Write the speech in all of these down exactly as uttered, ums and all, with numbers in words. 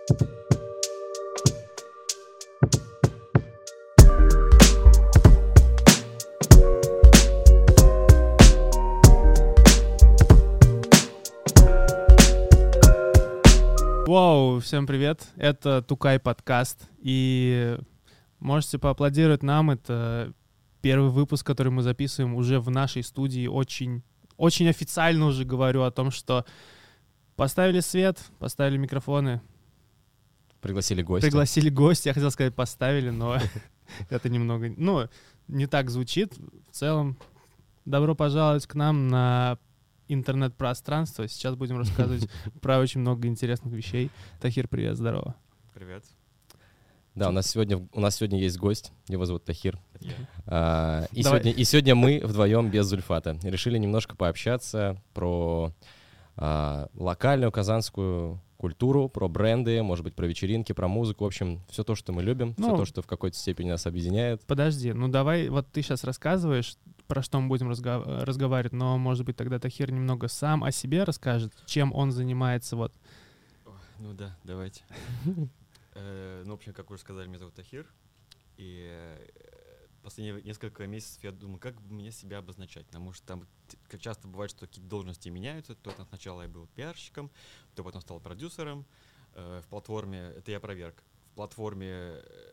Вау, всем привет, это Тукай подкаст, и можете поаплодировать нам, это первый выпуск, который мы записываем уже в нашей студии, очень, очень официально уже говорю о том, что поставили свет, поставили микрофоны. Пригласили гостя. Пригласили гостя, я хотел сказать поставили, но это немного, ну, не так звучит. В целом, добро пожаловать к нам на интернет-пространство. Сейчас будем рассказывать про очень много интересных вещей. Тахир, привет, здорово. Привет. Да, у нас сегодня у нас сегодня есть гость. Его зовут Тахир. Yeah. А, и, сегодня, и сегодня мы вдвоем без Зульфата решили немножко пообщаться про а, локальную казанскую культуру, про бренды, может быть, про вечеринки, про музыку. В общем, все то, что мы любим, ну, все то, что в какой-то степени нас объединяет. Подожди, ну давай, вот ты сейчас рассказываешь, про что мы будем разго- разговаривать, но, может быть, тогда Тахир немного сам о себе расскажет, чем он занимается, вот. Ну да, давайте. Ну, в общем, как уже сказали, меня зовут Тахир, и последние несколько месяцев я думаю, как бы мне себя обозначать, потому что там часто бывает, что какие-то должности меняются, то сначала я был пиарщиком, то потом стал продюсером, в платформе, это я проверк, в платформе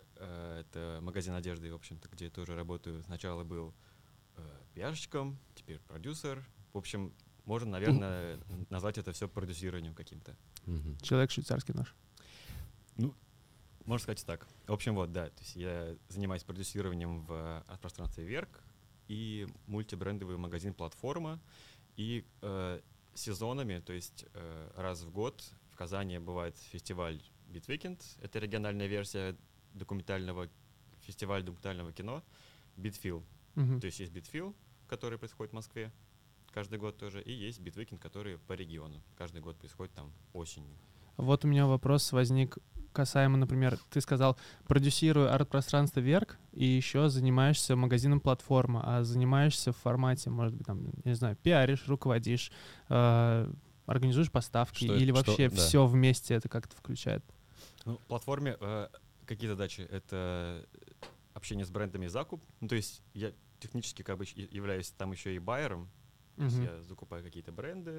это магазин одежды, в общем-то, где я тоже работаю, сначала был пиарщиком, теперь продюсер. В общем, можно, наверное, назвать это все продюсированием каким-то. Mm-hmm. Человек швейцарский нож. Ну, можно сказать так. В общем, вот, да, то есть я занимаюсь продюсированием в пространстве Верк и мультибрендовый магазин «Платформа». И э, сезонами, то есть э, раз в год в Казани бывает фестиваль Bitweekend. Это региональная версия документального фестиваля документального кино Bitfil. Mm-hmm. То есть есть Bitfil, который происходит в Москве каждый год тоже, и есть Bitweekend, который по региону. Каждый год происходит там осенью. Вот у меня вопрос возник касаемо, например, ты сказал, продюсирую арт-пространство Верк и еще занимаешься магазином «Платформа», а занимаешься в формате, может быть, там, не знаю, пиаришь, руководишь, э, организуешь поставки, что, или что, вообще да. все вместе это как-то включает? Ну, в «Платформе» э, какие задачи? Это общение с брендами, закуп. Ну, то есть я технически как бы являюсь там еще и байером. То есть я закупаю какие-то бренды,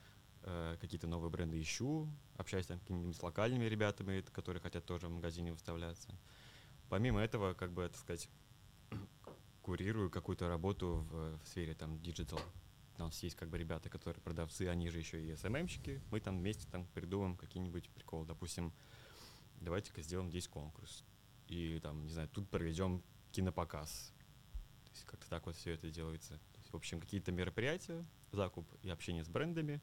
э, какие-то новые бренды ищу, общаюсь там с локальными ребятами, которые хотят тоже в магазине выставляться. Помимо этого, как бы, так сказать, курирую какую-то работу в, в сфере там диджитал. У нас есть как бы ребята, которые продавцы, они же еще и эс эм эм-щики. Мы там вместе там придумаем какие-нибудь приколы. Допустим, давайте-ка сделаем здесь конкурс. И там, не знаю, тут проведем кинопоказ. То есть как-то так вот все это делается. То есть, в общем, какие-то мероприятия, закуп и общение с брендами.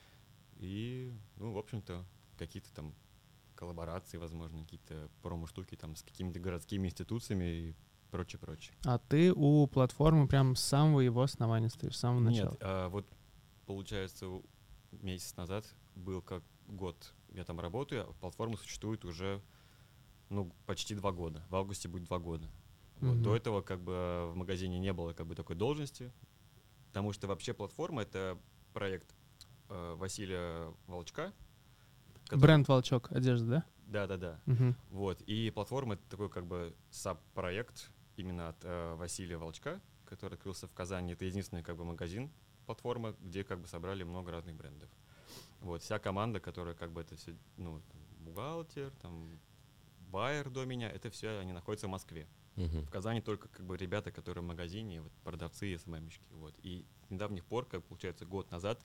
И, ну, в общем-то, какие-то там коллаборации, возможно, какие-то промо-штуки там с какими-то городскими институциями и прочее-прочее. А ты у «Платформы» прям с самого его основания стоишь, с самого начала? Нет, а вот, получается, месяц назад был как год я там работаю, а «Платформа» существует уже, ну, почти два года. В августе будет два года. Вот. Mm-hmm. До этого как бы в магазине не было как бы такой должности, потому что вообще «Платформа» — это проект э, Василия Волчка. Который... Бренд «Волчок» одежда, да? Да-да-да. Mm-hmm. Вот. И «Платформа» — это такой как бы саб-проект именно от э, Василия Волчка, который открылся в Казани. Это единственный как бы магазин «Платформа», где как бы собрали много разных брендов. Вот. Вся команда, которая как бы это все, ну, там, бухгалтер, там, байер до меня, это все, они находятся в Москве. Uh-huh. В Казани только как бы ребята, которые в магазине, вот, продавцы и эс эм эм-щики. Вот. И с недавних пор, как получается, год назад,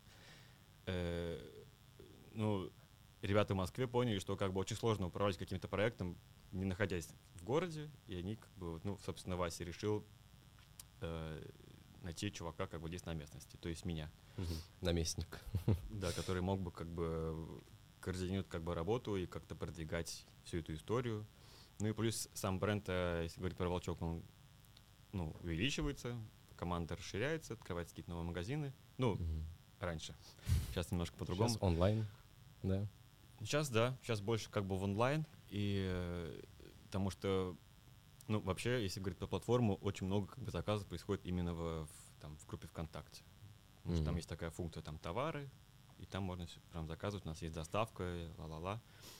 э, ну, ребята в Москве поняли, что как бы очень сложно управлять каким-то проектом, не находясь в городе, и они, как бы, ну, собственно, Вася решил э, найти чувака как бы здесь на местности, то есть меня. Uh-huh. Наместник. Да, который мог бы как бы координировать как бы работу и как-то продвигать всю эту историю. Ну и плюс сам бренд, если говорить про «Волчок», он, ну, увеличивается, команда расширяется, открывается какие-то новые магазины. Ну, mm-hmm. раньше. Сейчас немножко по-другому. Сейчас онлайн, да? Сейчас, да. Сейчас больше как бы в онлайн. И э, потому что, ну, вообще, если говорить про платформу, очень много как бы заказов происходит именно в, в, там, в группе ВКонтакте. Потому mm-hmm. что там есть такая функция, там, товары, и там можно прям заказывать. У нас есть доставка, ла-ла-ла.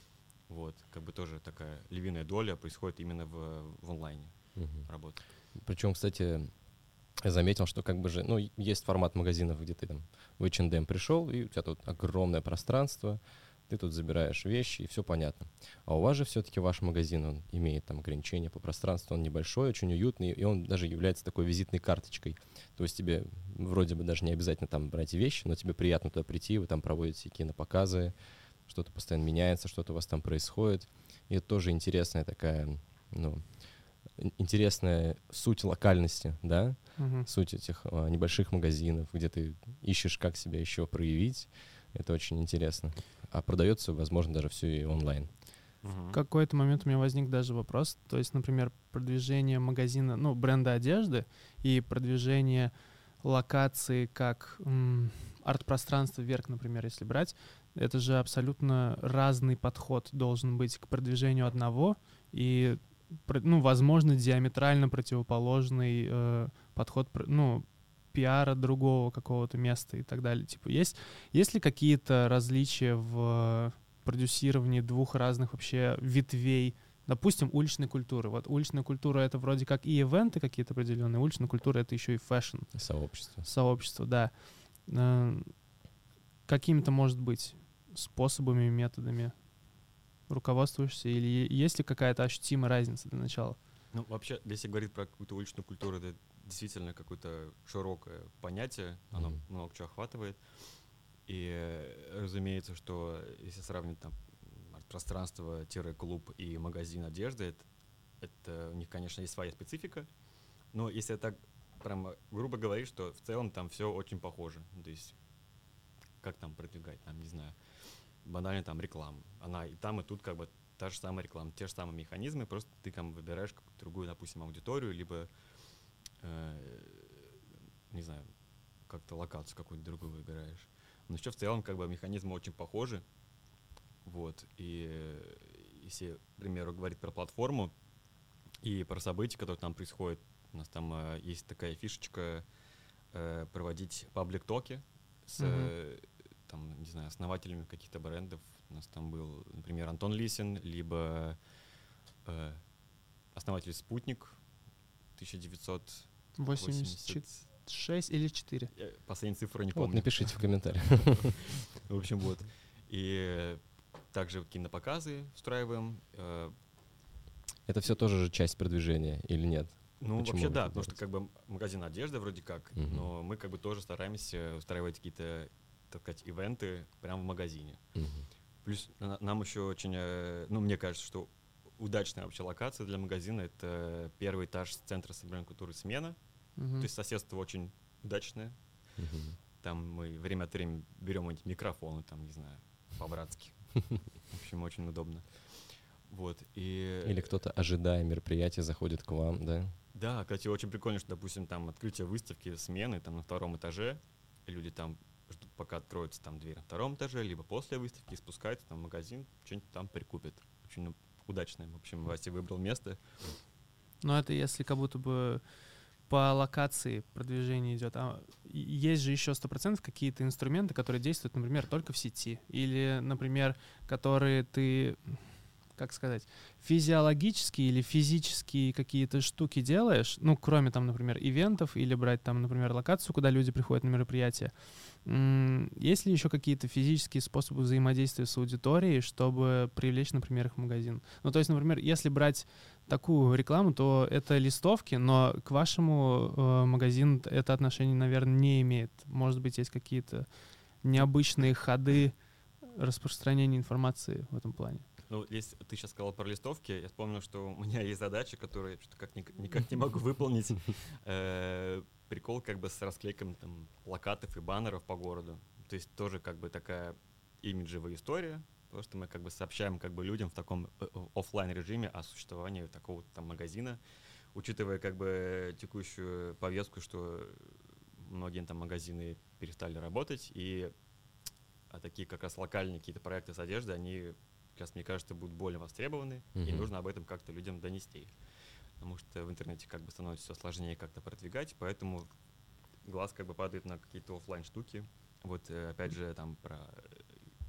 Вот, как бы тоже такая львиная доля происходит именно в, в онлайне Мгм. работы. Причем, кстати, я заметил, что как бы же, ну, есть формат магазинов, где ты там в эйч энд эм пришел, и у тебя тут огромное пространство, ты тут забираешь вещи, и все понятно. А у вас же все-таки ваш магазин, он имеет там ограничения по пространству, он небольшой, очень уютный, и он даже является такой визитной карточкой. То есть тебе вроде бы даже не обязательно там брать вещи, но тебе приятно туда прийти, вы там проводите кинопоказы, что-то постоянно меняется, что-то у вас там происходит. И это тоже интересная такая, ну, ин- интересная суть локальности, да, Мгм. суть этих а, небольших магазинов, где ты ищешь, как себя еще проявить. Это очень интересно. А продается, возможно, даже все и онлайн. Мгм. В какой-то момент у меня возник даже вопрос, то есть, например, продвижение магазина, ну, бренда одежды и продвижение локации как м, арт-пространство вверх, например, если брать, это же абсолютно разный подход должен быть к продвижению одного и, про- ну, возможно, диаметрально противоположный э, подход, пр- ну, пиара другого какого-то места и так далее. Типа, есть, есть ли какие-то различия в продюсировании двух разных вообще ветвей, допустим, уличной культуры? Вот уличная культура — это вроде как и ивенты какие-то определенные, уличная культура — это еще и фэшн, Сообщество. сообщество, да. Э, Какими-то, может быть, способами, методами руководствуешься, или е- есть ли какая-то ощутимая разница для начала? Ну, вообще, если говорить про какую-то уличную культуру, это действительно какое-то широкое понятие, оно Мгм. много чего охватывает. И, э, разумеется, что если сравнить там пространство-клуб и магазин одежды, это, это у них, конечно, есть своя специфика, но если так прям грубо говорить, что в целом там все очень похоже. Ну, то есть как там продвигать, там, не знаю, банально там реклама. Она и там, и тут как бы та же самая реклама, те же самые механизмы, просто ты там выбираешь какую-то другую, допустим, аудиторию, либо, э, не знаю, как-то локацию какую-то другую выбираешь. Но еще в целом как бы механизмы очень похожи. Вот. И э, если, к примеру, говорить про платформу и про события, которые там происходят, у нас там э, есть такая фишечка э, проводить паблик-токи с, Мгм. э, там, не знаю, основателями каких-то брендов. У нас там был, например, Антон Лисин, либо э, основатель «Спутник» тысяча девятьсот восемьдесят... восемьдесят шесть или четыре? Я последние цифры не Вот, помню. напишите в комментариях. В общем, вот. И также кинопоказы устраиваем. э, Это все тоже же часть продвижения или нет? Ну, Почему вообще вы да, это потому что делаете? как бы магазин одежды вроде как, Мгм. но мы как бы тоже стараемся устраивать какие-то, так сказать, ивенты прямо в магазине. Мгм. Плюс на- нам еще очень, э, ну, мне кажется, что удачная вообще локация для магазина — это первый этаж Центра современной культуры «Смена». Мгм. То есть соседство очень удачное. Мгм. Там мы время от времени берем эти микрофоны, там, не знаю, по-братски. В общем, очень удобно. Вот, и... Или кто-то, ожидая мероприятия, заходит к вам, да? Да, кстати, очень прикольно, что, допустим, там открытие выставки «Смены» там на втором этаже, и люди там ждут, пока откроется там дверь на втором этаже, либо после выставки спускаются там в магазин, что-нибудь там прикупят. Очень ну, удачное. В общем, Вася выбрал место. Но это если как будто бы по локации продвижение идет. А и- есть же еще сто процентов какие-то инструменты, которые действуют, например, только в сети. Или, например, которые ты, как сказать, физиологические или физические какие-то штуки делаешь, ну, кроме там, например, ивентов или брать там, например, локацию, куда люди приходят на мероприятие. М, Есть ли еще какие-то физические способы взаимодействия с аудиторией, чтобы привлечь, например, их в магазин? Ну, то есть, например, если брать такую рекламу, то это листовки, но к вашему э, магазину это отношение, наверное, не имеет. Может быть, есть какие-то необычные ходы распространения информации в этом плане. Ну, если ты сейчас сказал про листовки, я вспомнил, что у меня есть задача, которую я что-то как ни- никак не могу выполнить. Э, Прикол как бы с расклейком там плакатов и баннеров по городу. То есть тоже как бы такая имиджевая история. Просто мы как бы сообщаем как бы людям в таком офлайн режиме о существовании такого там магазина, учитывая как бы текущую повестку, что многие там магазины перестали работать, и а такие как раз локальные какие-то проекты с одеждой, они, сейчас, мне кажется, будут более востребованы, и Мгм. нужно об этом как-то людям донести. Потому что в интернете как бы становится все сложнее как-то продвигать, поэтому глаз как бы падает на какие-то оффлайн штуки. Вот э, опять же там про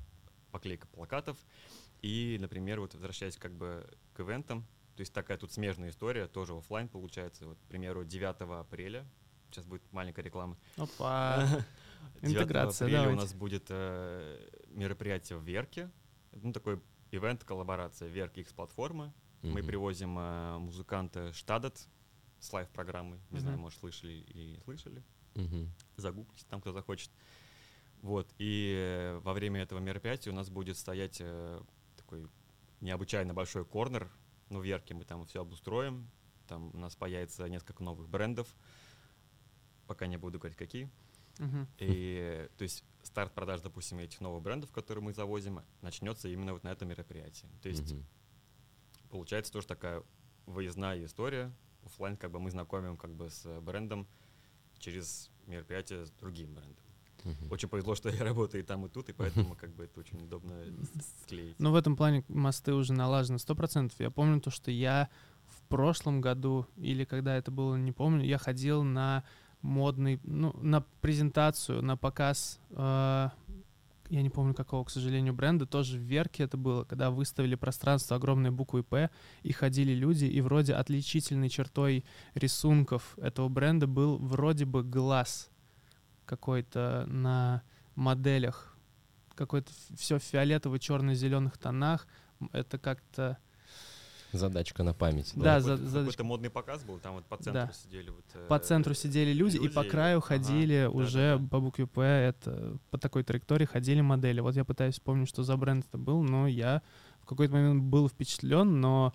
поклейка плакатов. И, например, вот возвращаясь как бы к ивентам, то есть такая тут смежная история, тоже офлайн получается. Вот, к примеру, девятого апреля, сейчас будет маленькая реклама. Опа, девятого интеграция, апреля давайте. у нас будет э, мероприятие в Верке. Ну, такой ивент-коллаборация Верк X-платформа. Мгм. Мы привозим э, музыканта Штадет с лайв-программой. Не знаю, Мгм. может, слышали или не слышали. Мгм. Загуглите там, кто захочет. Вот. И э, во время этого мероприятия у нас будет стоять э, такой необычайно большой корнер. Ну, в Верке мы там все обустроим. Там у нас появится несколько новых брендов. Пока не буду говорить, какие. Мгм. И, то есть, старт продаж, допустим, этих новых брендов, которые мы завозим, начнется именно вот на этом мероприятии. То есть, Мгм. получается тоже такая выездная история. Оффлайн, как бы мы знакомим как бы с брендом через мероприятие с другим брендом. Мгм. Очень повезло, что я работаю и там, и тут, и поэтому как бы это очень удобно с- склеить. Ну, в этом плане мосты уже налажены сто процентов. Я помню то, что я в прошлом году, или когда это было, не помню, я ходил на модный, ну, на презентацию, на показ, э, я не помню какого, к сожалению, бренда, тоже в Верке это было, когда выставили пространство огромной буквой «П», и ходили люди, и вроде отличительной чертой рисунков этого бренда был вроде бы глаз какой-то на моделях, какой-то все в фиолетово-черно-зеленых тонах. М, Это как-то... Задачка на память. Да, Какой-то- за- за- Какой-то модный показ был, там вот по центру Да. сидели вот... э, По центру сидели люди, и по люди, краю ага, ходили уже да-да-да. по букве «П», это, по такой траектории ходили модели. Вот я пытаюсь вспомнить, что за бренд это был, но я в какой-то момент был впечатлен, но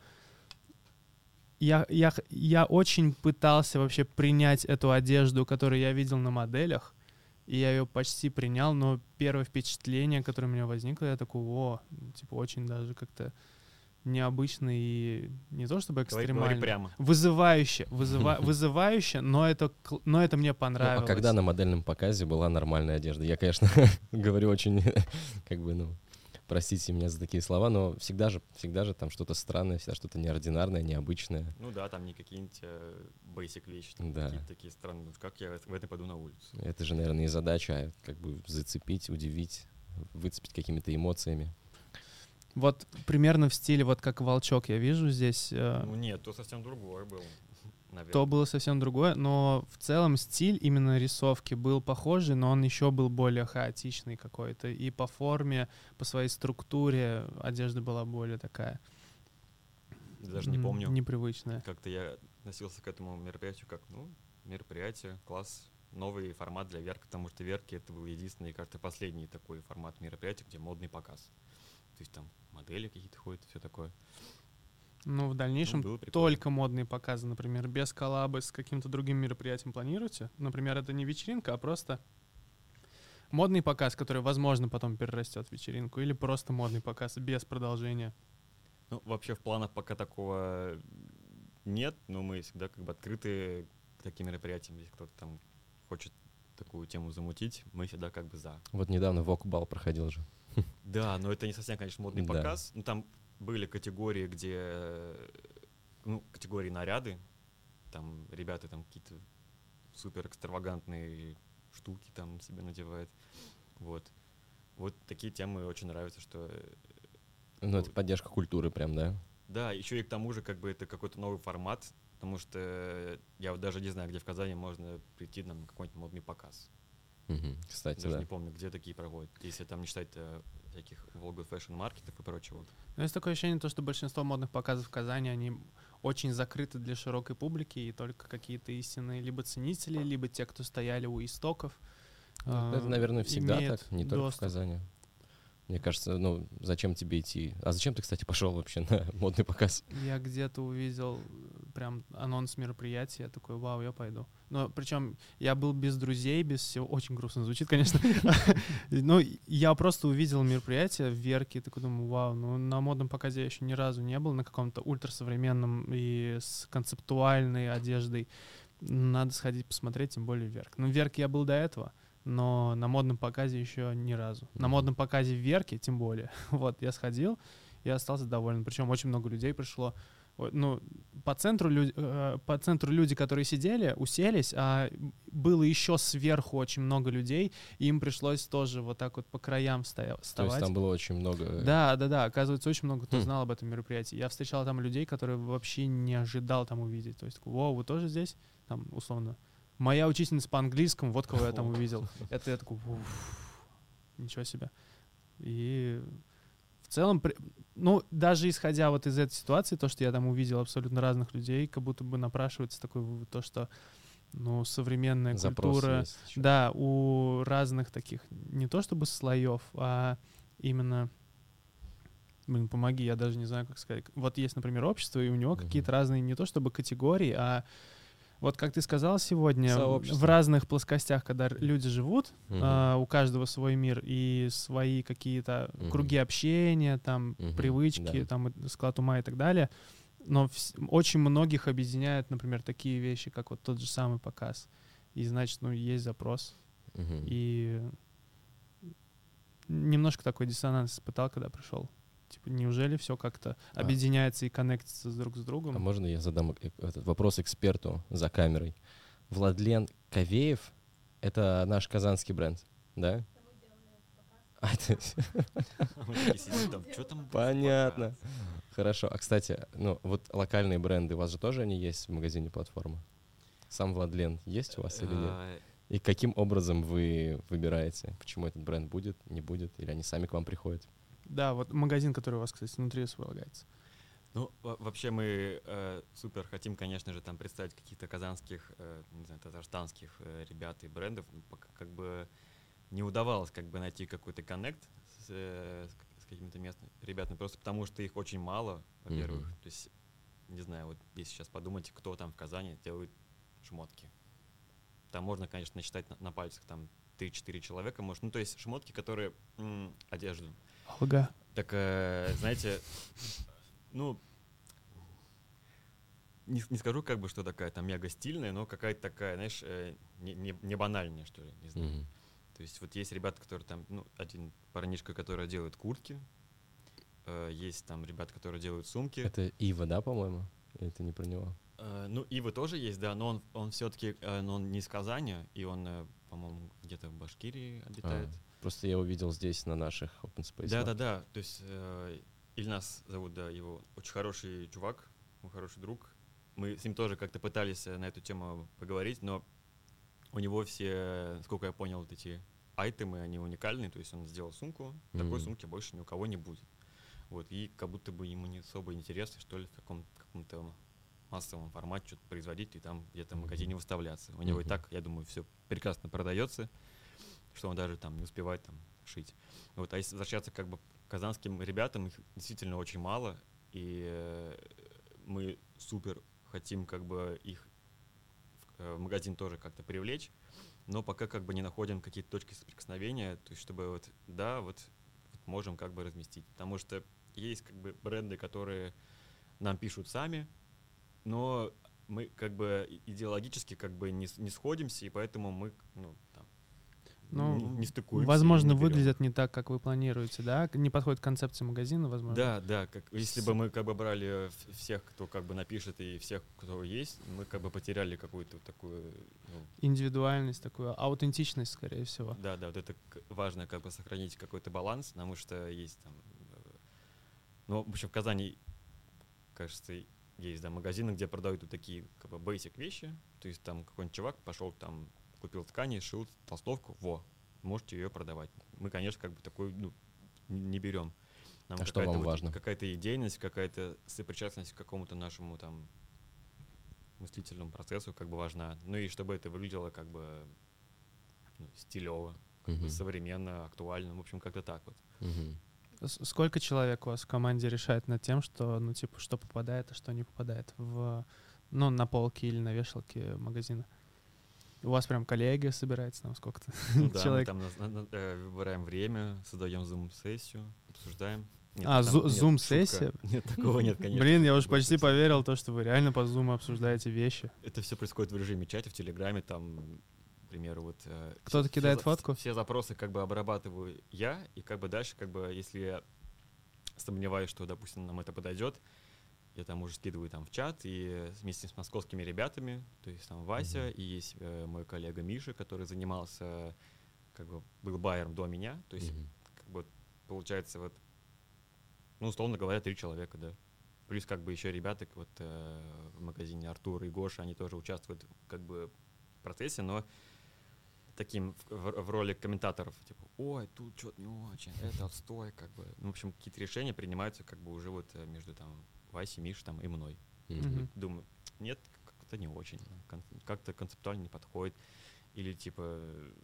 я, я, х- я очень пытался вообще принять эту одежду, которую я видел на моделях, и я ее почти принял, но первое впечатление, которое у меня возникло, я такой, о, типа очень даже как-то необычно и не то чтобы Говори, экстремально. говори прямо. Вызывающе, вызыва, вызывающе, но это, кл- но это мне Ну, понравилось. а когда на модельном показе была нормальная одежда? Я, конечно, говорю очень, как бы, ну, простите меня за такие слова, но всегда же, всегда же там что-то странное, всегда что-то неординарное, необычное. Ну да, там не какие-нибудь э, basic вещи, там Да. какие-то такие странные. Ну, как я в этом пойду на улицу? Это же, наверное, и задача, а как бы зацепить, удивить, выцепить какими-то эмоциями. Вот примерно в стиле, вот как «Волчок» я вижу здесь, э, Ну нет, то совсем другое было, наверное. то было совсем другое, но в целом стиль именно рисовки был похожий, но он еще был более хаотичный какой-то. И по форме, по своей структуре одежда была более такая... Даже не м, помню. Непривычная. Как-то я относился к этому мероприятию как, ну, мероприятие, класс, новый формат для Верки, потому что Верки это был единственный, кажется, последний такой формат мероприятия, где модный показ. То есть там модели какие-то ходят, все такое. Ну, в дальнейшем было прикольно. только модные показы, например, без коллабы с каким-то другим мероприятием планируете? Например, это не вечеринка, а просто модный показ, который, возможно, потом перерастет в вечеринку, или просто модный показ без продолжения. Ну, вообще в планах пока такого нет, но мы всегда как бы открыты к таким мероприятиям. Если кто-то там хочет такую тему замутить, мы всегда как бы за. Вот недавно Вок-бал проходил же. Да, но это не совсем, конечно, модный Да. показ. Ну, там были категории, где, э, ну, категории наряды. Там ребята там какие-то супер экстравагантные штуки там себе надевают. Вот. Вот такие темы очень нравятся, что... э, Ну, это поддержка культуры прям, да? Да, еще и к тому же, как бы это какой-то новый формат, потому что э, я вот даже не знаю, где в Казани можно прийти на какой-нибудь модный показ. Мгм. Кстати, Даже да. не помню, где такие проводят. Если там не считать э, всяких Волга фэшн-маркетов и прочего. Вот. Но есть такое ощущение, то, что большинство модных показов в Казани, они очень закрыты для широкой публики, и только какие-то истинные либо ценители, либо те, кто стояли у истоков. Это, э, наверное, всегда имеют так, не только в доступ. Казани. Мне кажется, ну, зачем тебе идти? А зачем ты, кстати, пошел вообще на модный показ? Я где-то увидел э, прям анонс мероприятия, я такой, вау, я пойду. Но причем я был без друзей, без всего, очень грустно звучит, конечно. Но я просто увидел мероприятие в Верке, такой думаю, вау, ну на модном показе я еще ни разу не был, на каком-то ультрасовременном и с концептуальной одеждой. Надо сходить посмотреть, тем более в Верк. Ну в Верке я был до этого, но на модном показе еще ни разу. На Мгм. модном показе в Верке, тем более. Вот, я сходил, и остался доволен. Причем очень много людей пришло. ну, по центру, лю... по центру люди, которые сидели, уселись, а было еще сверху очень много людей, и им пришлось тоже вот так вот по краям вставать. То есть там было очень много... Да, да, да, оказывается, очень много кто хм. знал об этом мероприятии. Я встречал там людей, которые вообще не ожидал там увидеть. То есть, вау, вы тоже здесь? Там, условно, моя учительница по английскому, вот кого я там увидел. Это я такой, ничего себе. И... В целом, ну, даже исходя вот из этой ситуации, то, что я там увидел абсолютно разных людей, как будто бы напрашивается такой вывод, то, что, ну, современная Запрос культура, да, у разных таких, не то чтобы слоев, а именно, блин, помоги, я даже не знаю, как сказать. Вот есть, например, общество, и у него uh-huh. какие-то разные, не то чтобы категории, а вот как ты сказал сегодня, сообщество. В разных плоскостях, когда люди живут, uh-huh. а, у каждого свой мир и свои какие-то uh-huh. круги общения, там, uh-huh. привычки, да. там, склад ума и так далее, но в- очень многих объединяют, например, такие вещи, как вот тот же самый показ. И, значит, ну, есть запрос. Uh-huh. И немножко такой диссонанс испытал, когда пришел. Типа, неужели все как-то а. объединяется и коннектится друг с другом? А можно я задам этот вопрос эксперту за камерой? Владлен Кавеев — это наш казанский бренд, да? Понятно. Хорошо. А, кстати, ну вот локальные бренды, у вас же тоже они есть в магазине «Платформа»? Сам Владлен есть у вас или нет? И каким образом вы выбираете, почему этот бренд будет, не будет, или они сами к вам приходят? Да, вот магазин, который у вас, кстати, внутри располагается. Ну, вообще мы э, супер хотим, конечно же, там представить каких-то казанских, э, не знаю, татарстанских э, ребят и брендов. Пока как бы не удавалось как бы найти какой-то коннект с, э, с какими-то местными ребятами, просто потому что их очень мало, во-первых. Mm-hmm. То есть, не знаю, вот если сейчас подумать, кто там в Казани делает шмотки. Там можно, конечно, насчитать на, на пальцах там три-четыре человека, может. Ну, то есть шмотки, которые м, одежду. Ага. Так, э, знаете, ну, не, не скажу, как бы, что такая там мега стильная, но какая-то такая, знаешь, э, не, не, не банальная, что ли, не знаю. Mm-hmm. То есть вот есть ребята, которые там, ну, один парнишка, который делает куртки, э, есть там ребята, которые делают сумки. Это Ива, да, по-моему? Или это не про него? Uh, ну, Ива тоже есть, да, но он, он все-таки uh, но он не из Казани, и он, uh, по-моему, где-то в Башкирии обитает. А, просто я его видел здесь, на наших Open Space. Да-да-да, то есть uh, Ильнас зовут, да, его очень хороший чувак, мой хороший друг. Мы с ним тоже как-то пытались на эту тему поговорить, но у него все, насколько я понял, вот эти айтемы, они уникальные, то есть он сделал сумку, mm-hmm. такой сумки больше ни у кого не будет. Вот, и как будто бы ему не особо интересно, что ли, в каком- каком-то массовом формате что-то производить и там где-то в магазине выставляться. У него uh-huh. и так, я думаю, все прекрасно продается, что он даже там не успевает там шить. Вот, а если возвращаться как бы к казанским ребятам, их действительно очень мало, и э, мы супер хотим как бы их в, э, в магазин тоже как-то привлечь, но пока как бы не находим какие-то точки соприкосновения, то есть чтобы вот, да, вот, вот можем как бы разместить, потому что есть как бы бренды, которые нам пишут сами, но мы как бы идеологически как бы не, не сходимся, и поэтому мы, ну, там, ну, не, не стыкуемся. Возможно, не выглядят не так, как вы планируете, да? Не подходит концепция магазина, возможно. Да, да. Как, если бы мы как бы брали всех, кто как бы напишет, и всех, кто есть, мы как бы потеряли какую-то такую... Ну, индивидуальность, такую аутентичность, скорее всего. Да, да, вот это важно как бы сохранить какой-то баланс, потому что есть там... Ну, в общем, в Казани, кажется, есть, да, магазины, где продают вот такие как бы basic вещи, то есть там какой-нибудь чувак пошел там, купил ткани, шил толстовку, во, можете ее продавать. Мы, конечно, как бы такой, ну, не берем. Нам а что вам вот важно? Какая-то идейность, какая-то сопричастность к какому-то нашему там мыслительному процессу как бы важна. Ну и чтобы это выглядело как бы ну, стилево, как uh-huh. бы современно, актуально, в общем, как-то так вот. Uh-huh. Сколько человек у вас в команде решает над тем, что, ну, типа, что попадает, а что не попадает в, ну, на полке или на вешалке магазина? У вас прям коллеги собирается там сколько-то ну, да, человек? Мы там на, на, э, выбираем время, создаем зум-сессию, обсуждаем. Нет, а, там, зум-сессия? Нет, нет, такого нет, конечно. Блин, я уже почти поверил в то, что вы реально по зуму обсуждаете вещи. Это все происходит в режиме чата, в Телеграме, там... К примеру, вот... Э, Кто-то все, кидает все, фотку? Все запросы как бы обрабатываю я, и как бы дальше, как бы, если я сомневаюсь, что, допустим, нам это подойдет, я там уже скидываю там в чат, и вместе с московскими ребятами, то есть там Вася, mm-hmm. и есть э, мой коллега Миша, который занимался, как бы, был байером до меня, то есть, mm-hmm. как бы, получается, вот, ну, условно говоря, три человека, да. Плюс, как бы, еще ребята, вот, э, в магазине Артур и Гоша, они тоже участвуют, как бы, в процессе, но таким в, в, в роли комментаторов, типа, ой, тут что-то не очень, это отстой, как бы. Ну, в общем, какие-то решения принимаются, как бы, уже вот между, там, Васей, Мишей, там, и мной. Mm-hmm. Думаю, нет, как-то не очень, как-то концептуально не подходит. Или, типа,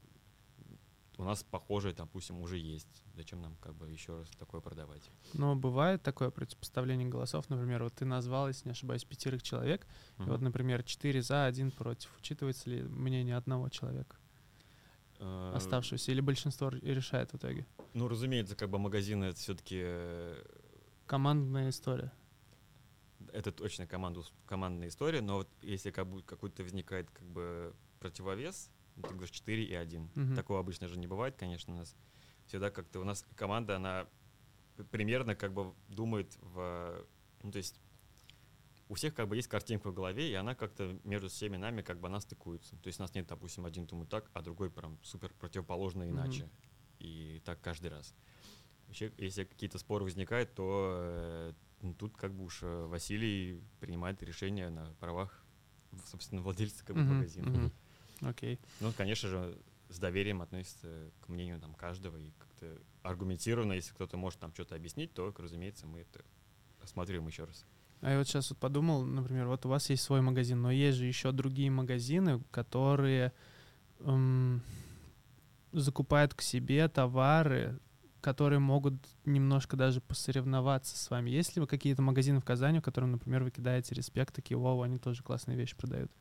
у нас похожее, допустим, уже есть. Зачем нам, как бы, еще раз такое продавать? Но бывает такое противопоставление голосов, например, вот ты назвал, если не ошибаюсь, пятерых человек, mm-hmm. и вот, например, четыре за, один против. Учитывается ли мнение одного человека? Оставшегося, или большинство решает в итоге? Ну, разумеется, как бы магазины — это все-таки командная история. Это точно команду, командная история, но вот если как бы какой-то возникает, как бы, противовес, ну, ты говоришь четыре и один. Uh-huh. Такого обычно же не бывает, конечно, у нас всегда как-то у нас команда, она примерно, как бы, думает в, ну, то есть у всех, как бы, есть картинка в голове, и она как-то между всеми нами, как бы, она стыкуется. То есть у нас нет, допустим, один думает так, а другой прям супер противоположно иначе. Mm-hmm. И так каждый раз. Вообще, если какие-то споры возникают, то ну, тут, как бы, уж Василий принимает решение на правах, собственно, владельца, как бы, mm-hmm. магазина. Mm-hmm. Okay. Ну, конечно же, с доверием относится к мнению там каждого, и как-то аргументированно, если кто-то может там что-то объяснить, то, разумеется, мы это рассматриваем еще раз. А я вот сейчас вот подумал, например, вот у вас есть свой магазин, но есть же еще другие магазины, которые эм, закупают к себе товары, которые могут немножко даже посоревноваться с вами. Есть ли вы какие-то магазины в Казани, в которым, например, вы кидаете респект, такие, вау, они тоже классные вещи продают?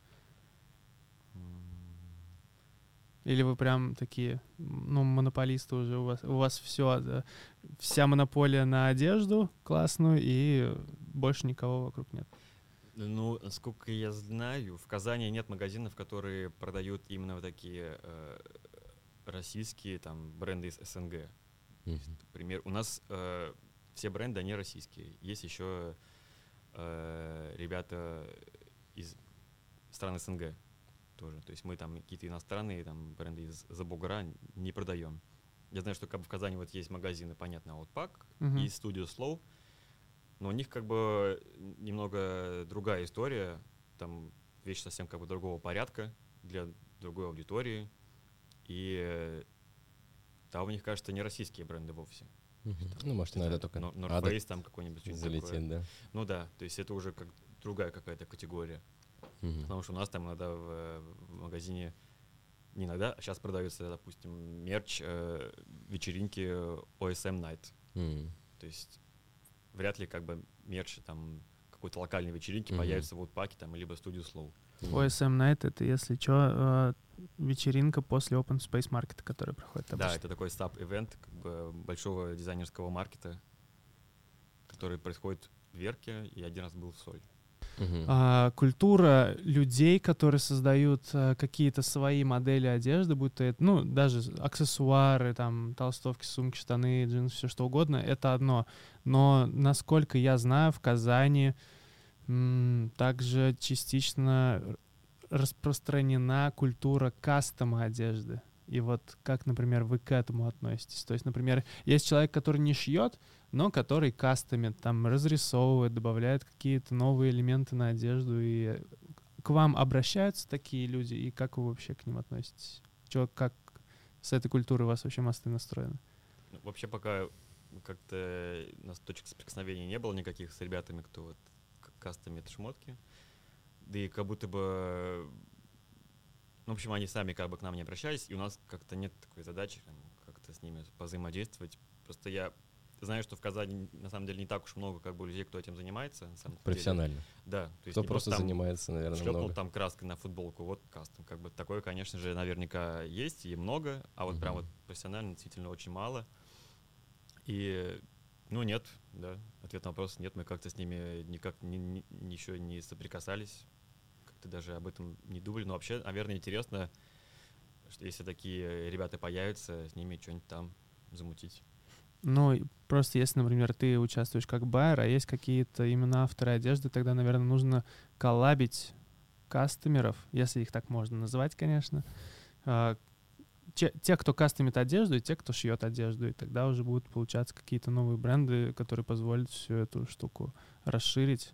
Или вы прям такие, ну, монополисты уже, у вас, у вас все, да, вся монополия на одежду классную, и больше никого вокруг нет? Ну, насколько я знаю, в Казани нет магазинов, которые продают именно вот такие э, российские там бренды из СНГ. Mm-hmm. Например, у нас э, все бренды, они российские. Есть еще э, ребята из стран СНГ. Тоже. То есть мы там какие-то иностранные там бренды из-за бугра не продаем. Я знаю, что как бы в Казани вот есть магазины, понятно, Outpack uh-huh. и Studio Slow, но у них как бы немного другая история, там вещи совсем как бы другого порядка для другой аудитории, и там у них, кажется, не российские бренды вовсе. Uh-huh. Там, ну, может, иногда только North Face там какой-нибудь залетит, да? Ну да, то есть это уже как другая какая-то категория. Mm-hmm. Потому что у нас там иногда в, в магазине, не иногда, а сейчас продается, допустим, мерч э, вечеринки о эс эм Night. Mm-hmm. То есть вряд ли как бы мерч там какой-то локальной вечеринки mm-hmm. появится в Outpack там, либо Studio Slow. Mm-hmm. о эс эм Night — это, если что, вечеринка после Open Space Market, которая проходит обычно. Да, это такой саб-эвент как бы большого дизайнерского маркета, который происходит в Верке, и один раз был в Соль. Uh-huh. А, культура людей, которые создают а, какие-то свои модели одежды, будь то это, ну, даже аксессуары, там, толстовки, сумки, штаны, джинсы, все что угодно, это одно. Но, насколько я знаю, в Казани м- также частично распространена культура кастома одежды. И вот как, например, вы к этому относитесь? То есть, например, есть человек, который не шьет, но который кастомит, там, разрисовывает, добавляет какие-то новые элементы на одежду. И к вам обращаются такие люди, и как вы вообще к ним относитесь? Чё, как с этой культурой у вас вообще мосты настроены? Ну, вообще пока как-то у нас точек соприкосновения не было никаких с ребятами, кто вот кастомит шмотки. Да и как будто бы... Ну, в общем, они сами как бы к нам не обращались, и у нас как-то нет такой задачи там, как-то с ними взаимодействовать. Просто я знаю, что в Казани на самом деле не так уж много как бы людей, кто этим занимается. На самом Профессионально. Деле. Да. То есть кто просто там занимается, наверное, шлепнул много. Там краской на футболку, вот кастом. Как бы такое, конечно же, наверняка есть и много, а вот uh-huh. прям вот профессионально действительно очень мало. И, ну, нет, да, ответ на вопрос нет, мы как-то с ними никак ни, ни, еще не соприкасались. Ты даже об этом не думали, но вообще, наверное, интересно, что если такие ребята появятся, с ними что-нибудь там замутить. Ну, просто если, например, ты участвуешь как байер, а есть какие-то именно авторы одежды, тогда, наверное, нужно коллабить кастомеров, если их так можно называть, конечно. Те, те, кто кастомит одежду, и те, кто шьет одежду. И тогда уже будут получаться какие-то новые бренды, которые позволят всю эту штуку расширить.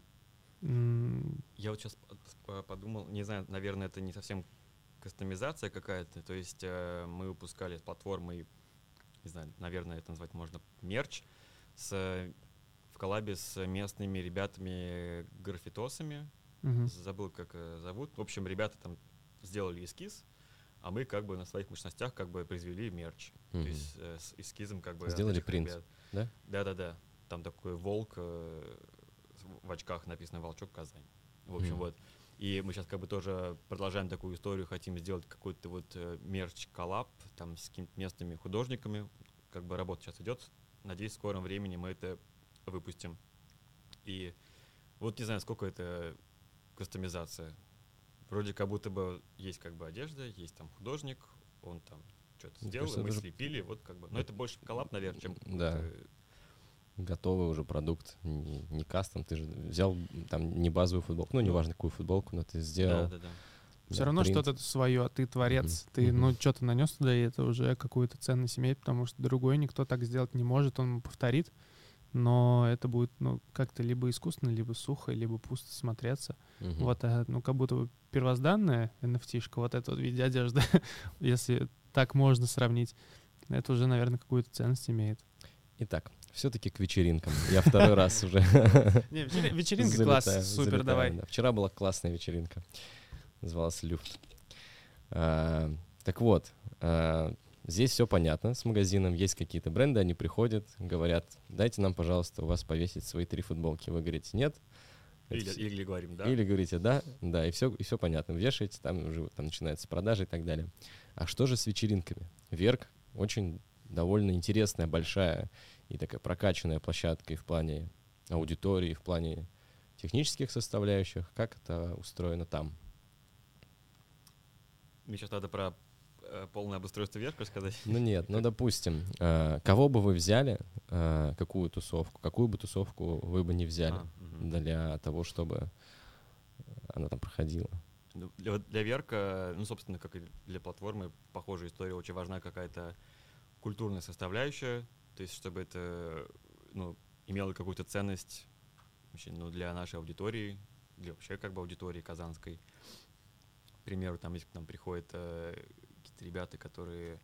Я вот сейчас подумал, не знаю, наверное, это не совсем кастомизация какая-то. То есть э, мы выпускали с платформой, не знаю, наверное, это назвать можно мерч, с, в коллабе с местными ребятами-граффитосами. Uh-huh. Забыл, как э, зовут. В общем, ребята там сделали эскиз, а мы как бы на своих мощностях как бы произвели мерч. Uh-huh. То есть э, с эскизом как бы... Сделали принт, ребят. Да? Да-да-да. Там такой волк, э, в очках написано «Волчок Казань». В общем, uh-huh. вот. И мы сейчас как бы тоже продолжаем такую историю, хотим сделать какой-то вот э, мерч-коллаб там с какими-то местными художниками. Как бы работа сейчас идет. Надеюсь, в скором времени мы это выпустим. И вот не знаю, сколько это кастомизация. Вроде как будто бы есть как бы одежда, есть там художник, он там что-то сделал, мы даже... слепили, вот как бы. Но это больше коллаб, наверное, чем... Да. Готовый уже продукт, не, не кастом. Ты же взял там не базовую футболку, ну, неважно, какую футболку, но ты сделал. Да, да, да. Все да, равно принт. Что-то свое, а ты творец. Mm-hmm. Ты, ну, что-то нанес туда, и это уже какую-то ценность имеет, потому что другой никто так сделать не может, он повторит, но это будет, ну, как-то либо искусственно, либо сухо, либо пусто смотреться. Mm-hmm. Вот, а, ну, как будто первозданная эн эф ти-шка, вот это вот в виде одежды, если так можно сравнить, это уже, наверное, какую-то ценность имеет. Итак, все-таки к вечеринкам. Я второй раз уже. Не, вечеринка класс, супер, давай. Вчера была классная вечеринка. Называлась «Люфт». Так вот, здесь все понятно с магазином. Есть какие-то бренды, они приходят, говорят, дайте нам, пожалуйста, у вас повесить свои три футболки. Вы говорите нет. Или, или говорим да. Или говорите да, да, и все, и все понятно. Вешаете, там уже там начинается продажа и так далее. А что же с вечеринками? Верк очень довольно интересная, большая и такая прокачанная площадка и в плане аудитории, и в плане технических составляющих. Как это устроено там? Мне сейчас надо про э, полное обустройство Верка сказать. Ну нет, ну допустим, э, кого бы вы взяли, э, какую тусовку, какую бы тусовку вы бы не взяли а, угу. для того, чтобы она там проходила? Для, для Верка, ну, собственно, как и для платформы, похожая история, очень важна какая-то культурная составляющая, то есть чтобы это, ну, имело какую-то ценность вообще, ну, для нашей аудитории, для вообще как бы аудитории казанской. К примеру, там, если к нам приходят э, какие-то ребята, которые...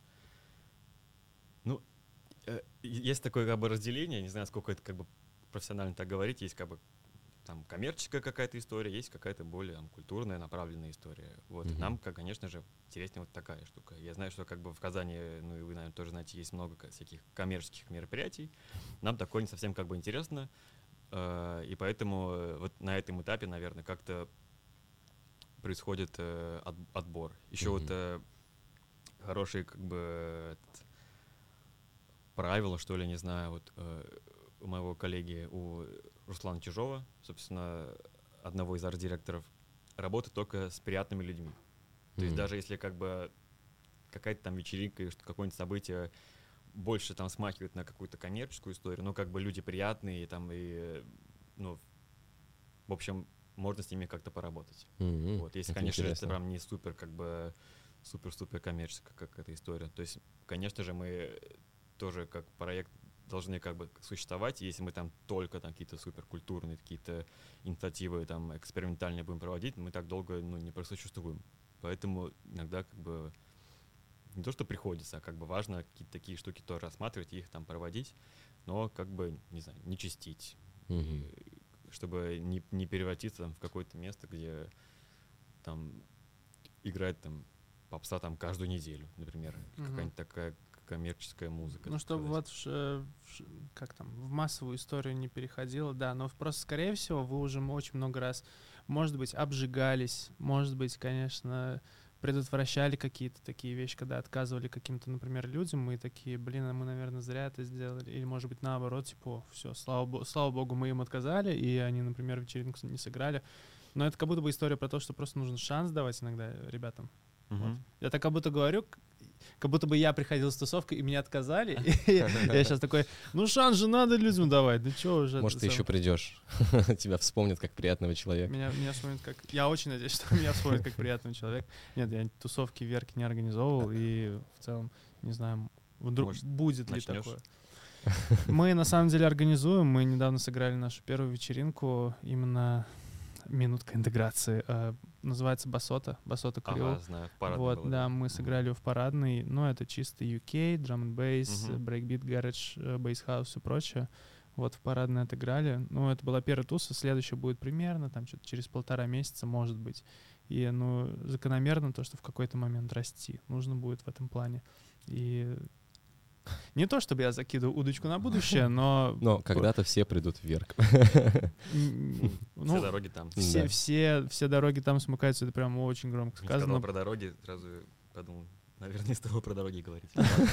Ну, э, есть такое как бы разделение, не знаю, сколько это как бы профессионально так говорить, есть как бы там коммерческая какая-то история, есть какая-то более там, культурная, направленная история. Вот. Mm-hmm. Нам, как, конечно же, интереснее вот такая штука. Я знаю, что как бы в Казани, ну и вы, наверное, тоже знаете, есть много всяких коммерческих мероприятий. Нам такое не совсем как бы интересно. Э, и поэтому вот на этом этапе, наверное, как-то происходит э, от, отбор. Еще mm-hmm. вот э, хорошие как бы этот, правила, что ли, не знаю, вот э, у моего коллеги, у Руслана Чижова, собственно, одного из арт-директоров, работает только с приятными людьми. Mm-hmm. То есть даже если как бы какая-то там вечеринка, какое-нибудь событие больше там смахивает на какую-то коммерческую историю, но как бы люди приятные, и там, и, ну, в общем, можно с ними как-то поработать. Mm-hmm. Вот. Если, это конечно же, это прям не супер, как бы, супер-супер коммерческая какая-то история. То есть, конечно же, мы тоже как проект должны как бы существовать, если мы там только там какие-то суперкультурные, какие-то инициативы там экспериментальные будем проводить, мы так долго, ну, не просуществуем. Поэтому иногда как бы не то, что приходится, а как бы важно какие-то такие штуки тоже рассматривать и их там проводить, но как бы, не знаю, не чистить, mm-hmm. чтобы не, не превратиться там в какое-то место, где там играет там попса там каждую неделю, например, mm-hmm. какая-нибудь такая коммерческая музыка. Ну, чтобы вот в, в, как там, в массовую историю не переходило, да, но просто, скорее всего, вы уже очень много раз, может быть, обжигались, может быть, конечно, предотвращали какие-то такие вещи, когда отказывали каким-то, например, людям, мы такие, блин, а мы, наверное, зря это сделали, или, может быть, наоборот, типа, все, слава, бо- слава богу, мы им отказали, и они, например, вечеринку не сыграли, но это как будто бы история про то, что просто нужно шанс давать иногда ребятам. Mm-hmm. Вот. Я так как будто говорю, как будто бы я приходил с тусовкой, и меня отказали. Я сейчас такой, ну шанс же надо людям давать, да чего уже. Может, ты еще придешь, тебя вспомнят как приятного человека. Меня вспомнят как... Я очень надеюсь, что меня вспомнят как приятного человека. Нет, я тусовки Верки не организовывал, и в целом, не знаю, вдруг будет ли такое. Мы на самом деле организуем. Мы недавно сыграли нашу первую вечеринку, именно минутка интеграции. Uh, называется Басота, Басота Крю. Ага, знаю, в парадной Вот, было, да, да. мы сыграли в парадной, но это чисто ю кей, drum and bass, Мгм. breakbeat, garage, bass house и прочее. Вот в парадной отыграли. Ну, это была первая туса, следующая будет примерно, там что-то через полтора месяца, может быть. И, ну, закономерно то, что в какой-то момент расти нужно будет в этом плане. И не то, чтобы я закидываю удочку на будущее, но... Но когда-то все придут вверх. м, ну, Все дороги там. все, Да. все, все дороги там смыкаются, это прям очень громко Сказал сказано. про дороги, сразу подумал, наверное, не стоило про дороги говорить.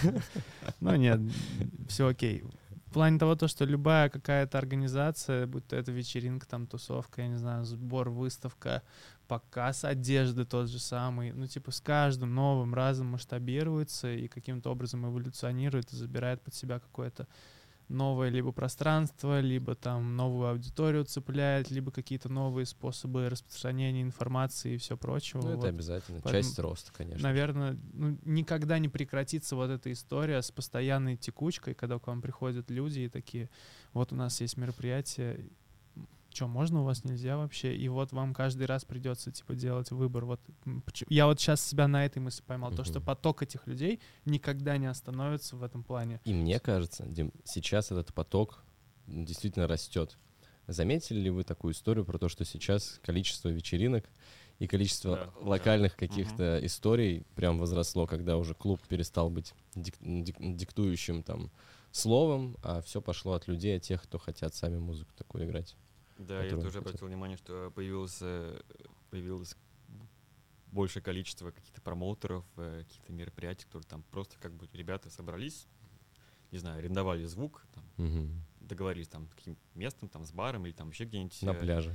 Ну нет, все окей. В плане того, то, что любая какая-то организация, будь то это вечеринка, там, тусовка, я не знаю, сбор, выставка, показ одежды тот же самый, ну, типа, с каждым новым разом масштабируется и каким-то образом эволюционирует и забирает под себя какое-то новое либо пространство, либо там новую аудиторию цепляет, либо какие-то новые способы распространения информации и все прочего. Ну, это Вот. обязательно. Поэтому, Часть роста, конечно. Наверное, ну, никогда не прекратится вот эта история с постоянной текучкой, когда к вам приходят люди и такие, вот у нас есть мероприятие, что, можно, у вас нельзя вообще? И вот вам каждый раз придется, типа, делать выбор. Вот м, поч- я вот сейчас себя на этой мысли поймал, то, что Мгм. поток этих людей никогда не остановится в этом плане. И мне кажется, Дим, сейчас этот поток действительно растет. Заметили ли вы такую историю про то, что сейчас количество вечеринок и количество Да, да. локальных каких-то историй прям возросло, когда уже клуб перестал быть дик- дик- диктующим там словом, а все пошло от людей, от тех, кто хотят сами музыку такую играть. Да, я Которую тоже хотят. обратил внимание, что появилось, э, появилось большее количество каких-то промоутеров, э, каких-то мероприятий, которые там просто как бы ребята собрались, не знаю, арендовали звук, там, Мгм. договорились там с каким местом, там с баром или там еще где-нибудь. На э, пляже.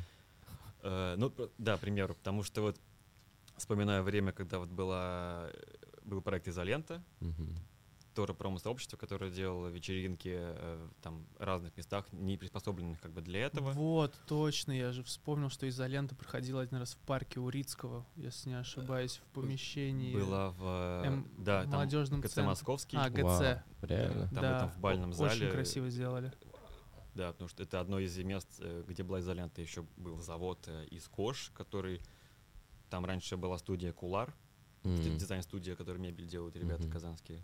э, ну, про- да, к примеру, потому что вот вспоминаю время, когда вот была, э, был проект «Изолента», Мгм. тоже промо-сообщество, которое делало вечеринки э, там в разных местах, не приспособленных как бы для этого. Вот, точно, я же вспомнил, что изолента проходила один раз в парке Урицкого, если не ошибаюсь, в помещении. Была в, э, Эм, да, там молодежном КЦ центре. Московский. А, ГЦ. Вау, реально. Там, Да, этом в бальном о- зале. Очень красиво сделали. Да, потому что это одно из мест, э, где была изолента, еще был завод э, из кож, который... Там раньше была студия «Кулар», М. ди- дизайн-студия, которая мебель делают ребята Мгм. казанские.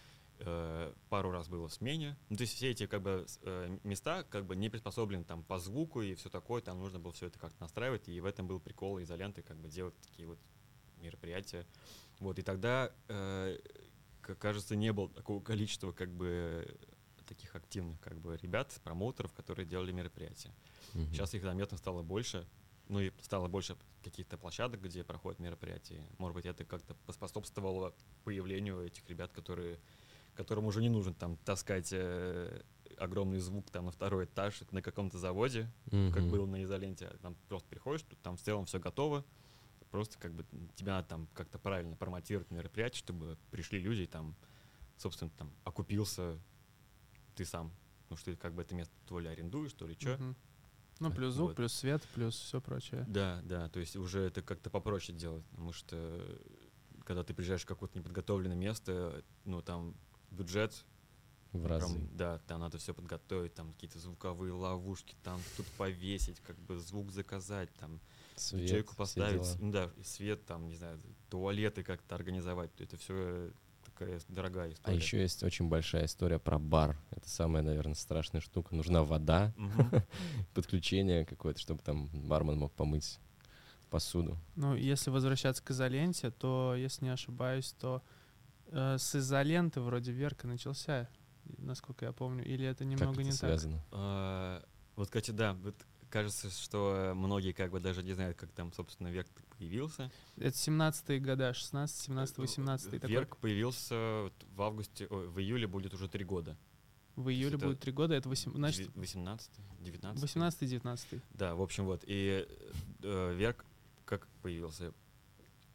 Э, пару раз было в смене. Ну, то есть все эти как бы с- э, места как бы не приспособлены там по звуку и все такое, там нужно было все это как-то настраивать, и в этом был прикол изоленты, как бы делать такие вот мероприятия. Вот, и тогда, э, к- кажется, не было такого количества как бы таких активных как бы ребят, промоутеров, которые делали мероприятия. Мгм. Сейчас их заметно стало больше, ну и стало больше каких-то площадок, где проходят мероприятия. Может быть, это как-то поспособствовало появлению этих ребят, которые, которым уже не нужно там таскать э, огромный звук там на второй этаж на каком-то заводе, как Мгм. было на изоленте. А Там просто приходишь, тут там в целом все готово. Просто как бы тебя надо там как-то правильно форматировать мероприятие, чтобы пришли люди и там, собственно, там окупился ты сам. Потому что ты как бы это место то ли арендуешь, то ли что. Мгм. Ну, плюс звук, Вот. плюс свет, плюс все прочее. Да, да, то есть уже это как-то попроще делать, потому что э, когда ты приезжаешь в какое-то неподготовленное место, ну там бюджет, В разы. прям, да, там надо все подготовить, там какие-то звуковые ловушки, там тут повесить, как бы звук заказать, там Свет, диджейку все поставить, дела. ну да, и свет, там, не знаю, туалеты как-то организовать, это все такая дорогая А история. еще есть очень большая история про бар. Это самая, наверное, страшная штука. Нужна вода, Мгм. подключение какое-то, чтобы там бармен мог помыть посуду. Ну, если возвращаться к изоленте, то, если не ошибаюсь, то э, с изоленты вроде Верка начался, насколько я помню, или это Как немного это не связано? А, Вот, кстати, да, вот кажется, что многие как бы даже не знают, как там, собственно, Верк появился. так? Это семнадцатые года, шестнадцатый, семнадцатый, восемнадцатый. такой. Верк появился вот в августе, ой, в июле будет уже три года. В июле это будет три года, это восемь- значит, восемнадцатый, девятнадцатый. восемнадцатый, девятнадцатый. Да, в общем, вот. И э, Верк как появился?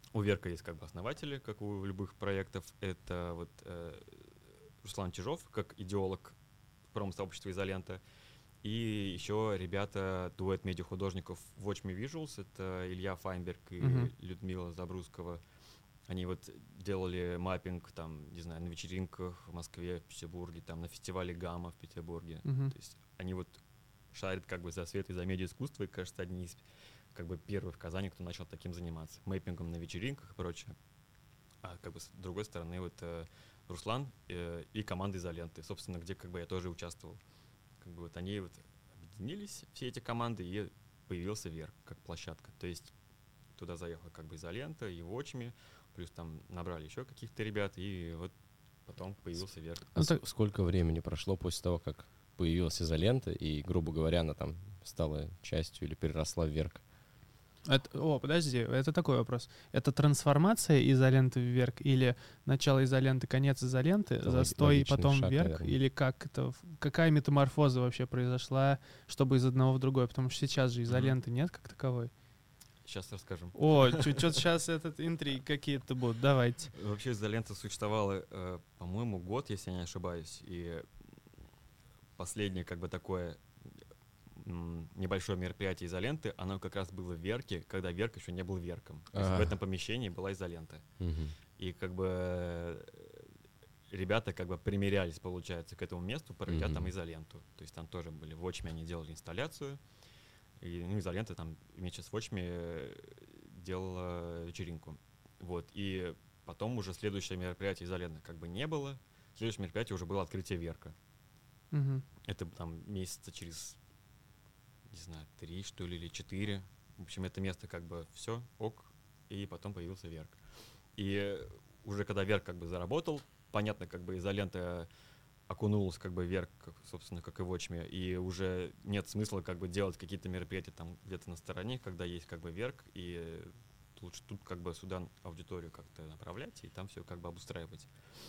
у Верка есть как бы основатели, как у любых проектов. Это вот э, Руслан Чижов, как идеолог промо-сообщества «Изолента». И еще ребята, дуэт медиахудожников Watch Me Visuals, это Илья Файнберг и Мгм. Людмила Забрускова. Они вот делали маппинг, там, не знаю, на вечеринках в Москве, в Петербурге, там, на фестивале «Гамма» в Петербурге. Мгм. То есть они вот шарят как бы за свет и за медиаискусство, и, кажется, одни из как бы первых в Казани, кто начал таким заниматься, мэппингом на вечеринках и прочее. А как бы с другой стороны вот э, Руслан э, и команда «Изоленты», собственно, где как бы я тоже участвовал. Как бы вот они вот объединились, все эти команды, и появился Верк как площадка. То есть туда заехала как бы «Изолента» и Watch Me, плюс там набрали еще каких-то ребят, и вот потом появился Верк. А Ну, с- так- сколько времени прошло после того, как появилась «Изолента», и, грубо говоря, она там стала частью или переросла в Верк? Это- о, подожди, это такой вопрос. Это трансформация изоленты в Верк или начало изоленты, конец изоленты, Это застой, логичный потом шаг, Верк? наверное. Или как это, в- какая метаморфоза вообще произошла, чтобы из одного в другое? Потому что сейчас же изоленты нет как таковой. Сейчас расскажем. О, что-то сейчас этот интриги какие-то будут, давайте. Вообще «Изолента» существовала, э, по-моему, год, если я не ошибаюсь, и последнее как бы такое м, небольшое мероприятие «Изоленты», оно как раз было в Верке, когда Верк еще не был Верком. То есть А. в этом помещении была «Изолента». Мгм. И как бы э, ребята как бы примерялись, получается, к этому месту, проведя Мгм. там «Изоленту». То есть там тоже были в Watch Me, они делали инсталляцию, и ну, «Изолента» там вместе с Watch Me э, делала вечеринку. Вот. И потом уже следующее мероприятие «Изоленты» как бы не было. Следующее мероприятие уже было открытие Верка. Мгм. Это там месяца через, не знаю, три, что ли, или четыре. В общем, это место как бы все, ок, и потом появился Верк. И уже когда Верк как бы заработал, понятно, как бы «Изолента» окунулась как бы в Верк, как, собственно, как и Watch Me, и уже нет смысла как бы делать какие-то мероприятия там где-то на стороне, когда есть как бы Верк, и лучше тут как бы сюда аудиторию как-то направлять и там все как бы обустраивать.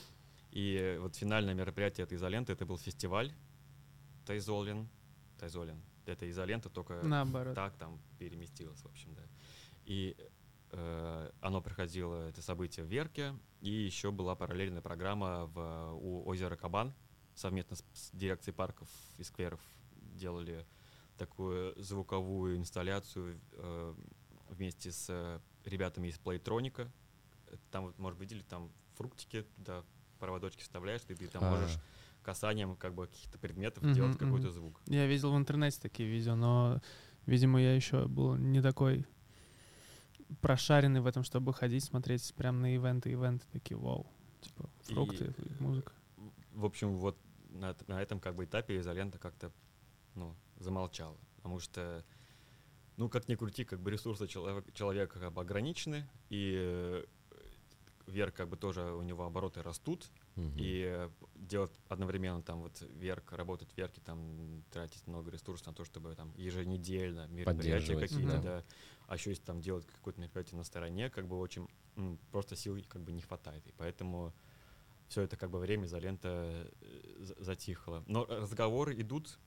И вот финальное мероприятие этой «Изоленты» это был фестиваль Тайзолин. Тайзолин. Это «Изолента», только Наоборот. так там переместилось, в общем, да. И э, оно проходило, это событие, в Верке, и еще была параллельная программа в, у озера Кабан. Совместно с, с дирекцией парков и скверов делали такую звуковую инсталляцию э, вместе с э, ребятами из Плейтроника. Там, вот, может, видели, там фруктики, туда проводочки вставляешь, и ты там А. можешь касанием как бы каких-то предметов Мгм, делать какой-то мгм. звук. Я видел в интернете такие видео, но, видимо, я еще был не такой прошаренный в этом, чтобы ходить, смотреть прям на ивенты, ивенты такие, вау, типа фрукты, И, музыка. В общем, вот на, т- на этом как бы этапе «Изолента» как-то, ну, замолчала. Потому что, ну, как ни крути, как бы ресурсы человека, человека как бы ограничены, и э, Верк как бы тоже, у него обороты растут, Мгм. и э, делать одновременно там вот Верк, работать в Верке, там тратить много ресурсов на то, чтобы там еженедельно мероприятия Поддерживать, какие-то, да. да. А еще если там делать какое-то мероприятие на стороне, как бы очень м, просто сил как бы не хватает. И поэтому все это как бы время «Изолента» э, за- затихло. Но разговоры идут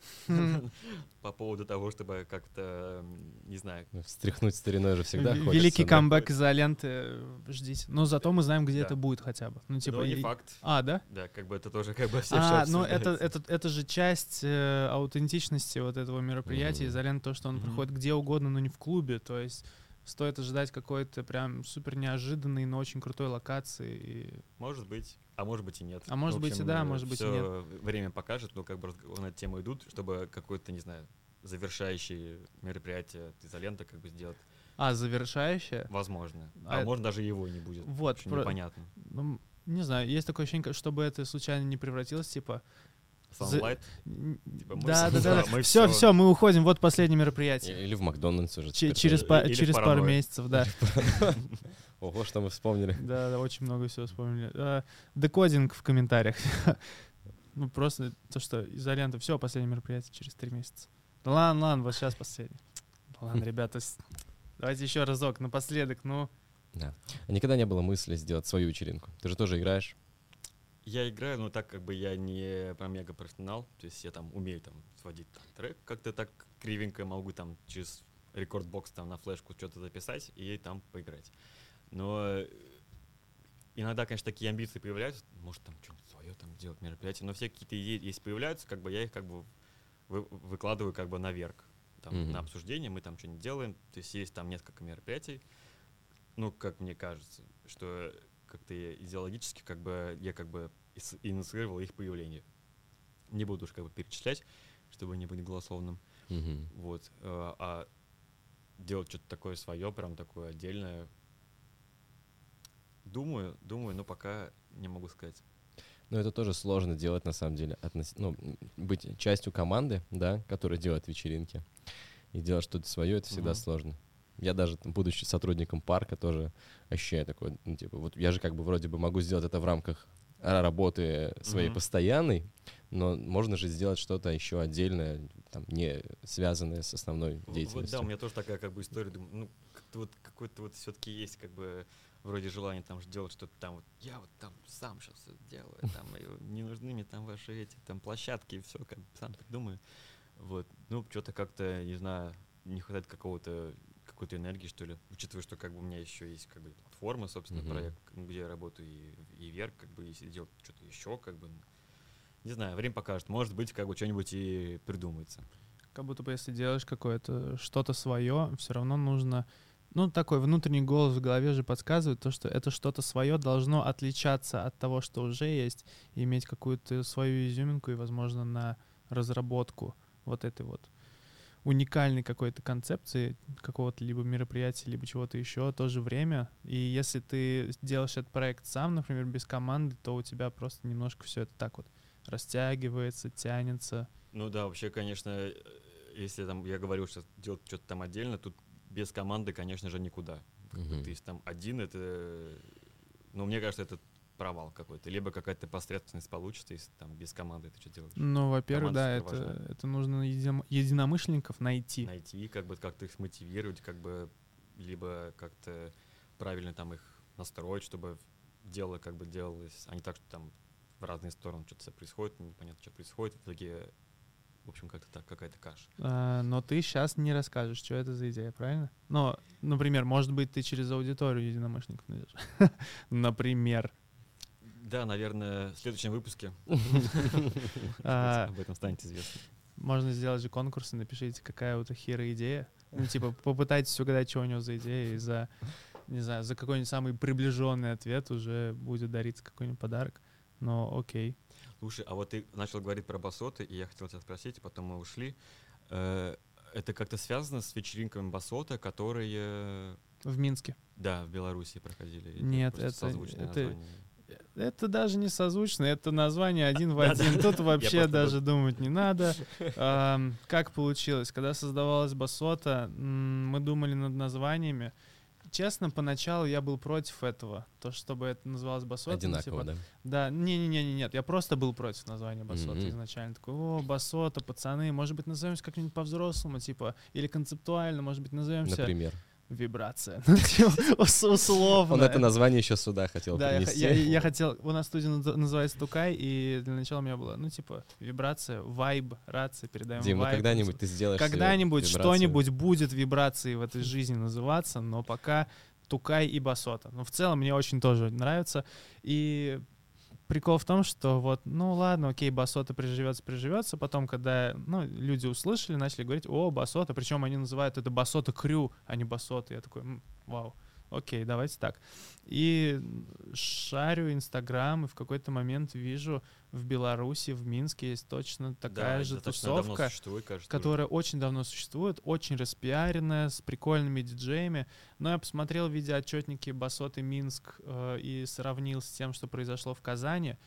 по поводу того, чтобы как-то, м, не знаю, Ну, встряхнуть стариной же всегда В- хочется. Великий да? камбэк изоленты, э, ждите. Но зато мы знаем, где Да. это будет хотя бы. Ну, типа, но не и- факт. А, да? Да, как бы это тоже как бы все А, ну это, это, это же часть э, аутентичности вот этого мероприятия, Мгм. изолента, то, что он Мгм. проходит где угодно, но не в клубе. То есть стоит ожидать какой-то прям супер неожиданной, но очень крутой локации. И... Может быть, а может быть и нет. А может В быть и общем, да, э, может быть и всё время покажет, но как бы разговоры на эту тему идут, чтобы какое-то, не знаю, завершающее мероприятие от «Изолента» как бы сделать А, завершающее? возможно. А А, это- может даже его не будет. Вот, Очень про- непонятно. Ну, не знаю, есть такое ощущение, как- чтобы это случайно не превратилось, типа... за- Sunlight, н- типа, мы Да, всё- да, да. да, мы Все, всё. все, мы уходим, вот последнее мероприятие. Или в Макдональдс уже. Че- теперь через тоже. па- Или в через пару паранойю. месяцев, да. Ого, что мы вспомнили. Да, да, очень много всего вспомнили. А, Декодинг в комментариях. Ну, просто то, что изолента. Все, последнее мероприятие через три месяца. Да ладно, ладно, вот сейчас последнее. Да ладно, ребята, с- давайте еще разок, напоследок, ну. Да. А никогда не было мысли сделать свою вечеринку? Ты же тоже играешь? Я играю, но так как бы я не прям мега профессионал, то есть я там умею там сводить там, трек, как-то так кривенько могу там через рекордбокс там на флешку что-то записать и там поиграть. Но иногда, конечно, такие амбиции появляются, может, там что-нибудь свое там делать, мероприятие, но все какие-то идеи, если появляются, как бы я их как бы вы, выкладываю как бы наверх, там, mm-hmm. на обсуждение, мы там что-нибудь делаем, то есть есть там несколько мероприятий, ну, как мне кажется, что как-то идеологически как бы я как бы инициировал их появление. Не буду уж как бы перечислять, чтобы не быть голословным. Mm-hmm. Вот. А делать что-то такое свое, прям такое отдельное, думаю, думаю, но пока не могу сказать. Ну, это тоже сложно делать, на самом деле. Относ... Ну, быть частью команды, да, которая делает вечеринки, и делать что-то свое, это всегда mm-hmm. сложно. Я даже, там, будучи сотрудником парка, тоже ощущаю такое, ну, типа, вот я же как бы вроде бы могу сделать это в рамках работы своей mm-hmm. постоянной, но можно же сделать что-то еще отдельное, там, не связанное с основной деятельностью. Вот, да, у меня тоже такая как бы история, думаю, ну, как-то вот какой-то вот все-таки есть как бы вроде желание там делать что-то там, вот я вот там сам сейчас все делаю, там, не нужны мне там ваши эти там площадки, и все, как бы сам придумаю. Вот, ну, что-то как-то, не знаю, не хватает какого-то какой-то энергии, что ли, учитывая, что как бы у меня еще есть как бы платформа, собственно, mm-hmm. проект, где я работаю, и, и Верк, как бы, если делать что-то еще, как бы, не знаю, время покажет, может быть, как бы что-нибудь и придумается. Как будто бы если делаешь какое-то что-то свое, все равно нужно, ну, такой внутренний голос в голове же подсказывает то, что это что-то свое должно отличаться от того, что уже есть, и иметь какую-то свою изюминку и, возможно, на разработку вот этой вот уникальной какой-то концепции какого-то либо мероприятия, либо чего-то еще, тоже время. И если ты делаешь этот проект сам, например, без команды, то у тебя просто немножко все это так вот растягивается, тянется. Ну да, вообще, конечно, если там я говорю, что делать что-то там отдельно, тут без команды, конечно же, никуда. Mm-hmm. Ты там один, это... Ну, мне кажется, это провал какой-то. Либо какая-то посредственность получится, если там без команды ты что делаешь. Ну, во-первых, команда да, это, это нужно еди- единомышленников найти. Найти, как бы как-то их смотивировать, как бы либо как-то правильно там их настроить, чтобы дело как бы делалось, а не так, что там в разные стороны что-то происходит, непонятно, что происходит, в итоге, в общем, как-то так, какая-то каша. А, но ты сейчас не расскажешь, что это за идея, правильно? Ну, например, может быть, ты через аудиторию единомышленников найдешь. Например. Да, наверное, в следующем выпуске об этом станет известно. Можно сделать же конкурсы, напишите, какая у Тахира идея. Ну, типа, попытайтесь угадать, что у него за идея, и за, не знаю, за какой-нибудь самый приближенный ответ уже будет дариться какой-нибудь подарок. Но окей. Слушай, а вот ты начал говорить про басоты, и я хотел тебя спросить, потом мы ушли. Это как-то связано с вечеринками басота, которые... В Минске. Да, в Беларуси проходили. Нет, это... это... Это даже не созвучно, это название один в один. Тут вообще даже думать не надо. Как получилось? Когда создавалась басота, мы думали над названиями. Честно, поначалу я был против этого, то, чтобы это называлось басота. Одинаково, ну, типа, да? Да, не-не-не, нет, я просто был против названия басота mm-hmm. изначально. Такой, о, басота, пацаны, может быть, назовемся как-нибудь по-взрослому, типа, или концептуально, может быть, назовемся... Например? Вибрация. Условно. Он это название еще сюда хотел да, принести. Я, я, я хотел... У нас студия называется Тукай, и для начала у меня было, ну, типа, вибрация, вайб, рация, передаем Дим, вайб. ну когда-нибудь ты сделаешь Когда-нибудь что-нибудь будет вибрацией в этой жизни называться, но пока Тукай и басота. Но в целом мне очень тоже нравится. И прикол в том, что вот, ну ладно, окей, басота приживется, приживется. Потом, когда, ну, люди услышали, начали говорить, о, басота, причем они называют это басота крю, а не басота. Я такой, м, вау, окей, давайте так. И шарю Инстаграм, и в какой-то момент вижу, в Беларуси, в Минске есть точно такая да, же тусовка, кажется, которая уже. очень давно существует, очень распиаренная, с прикольными диджеями. Но я посмотрел видеоотчетники басоты Минск э, и сравнил с тем, что произошло в Казани.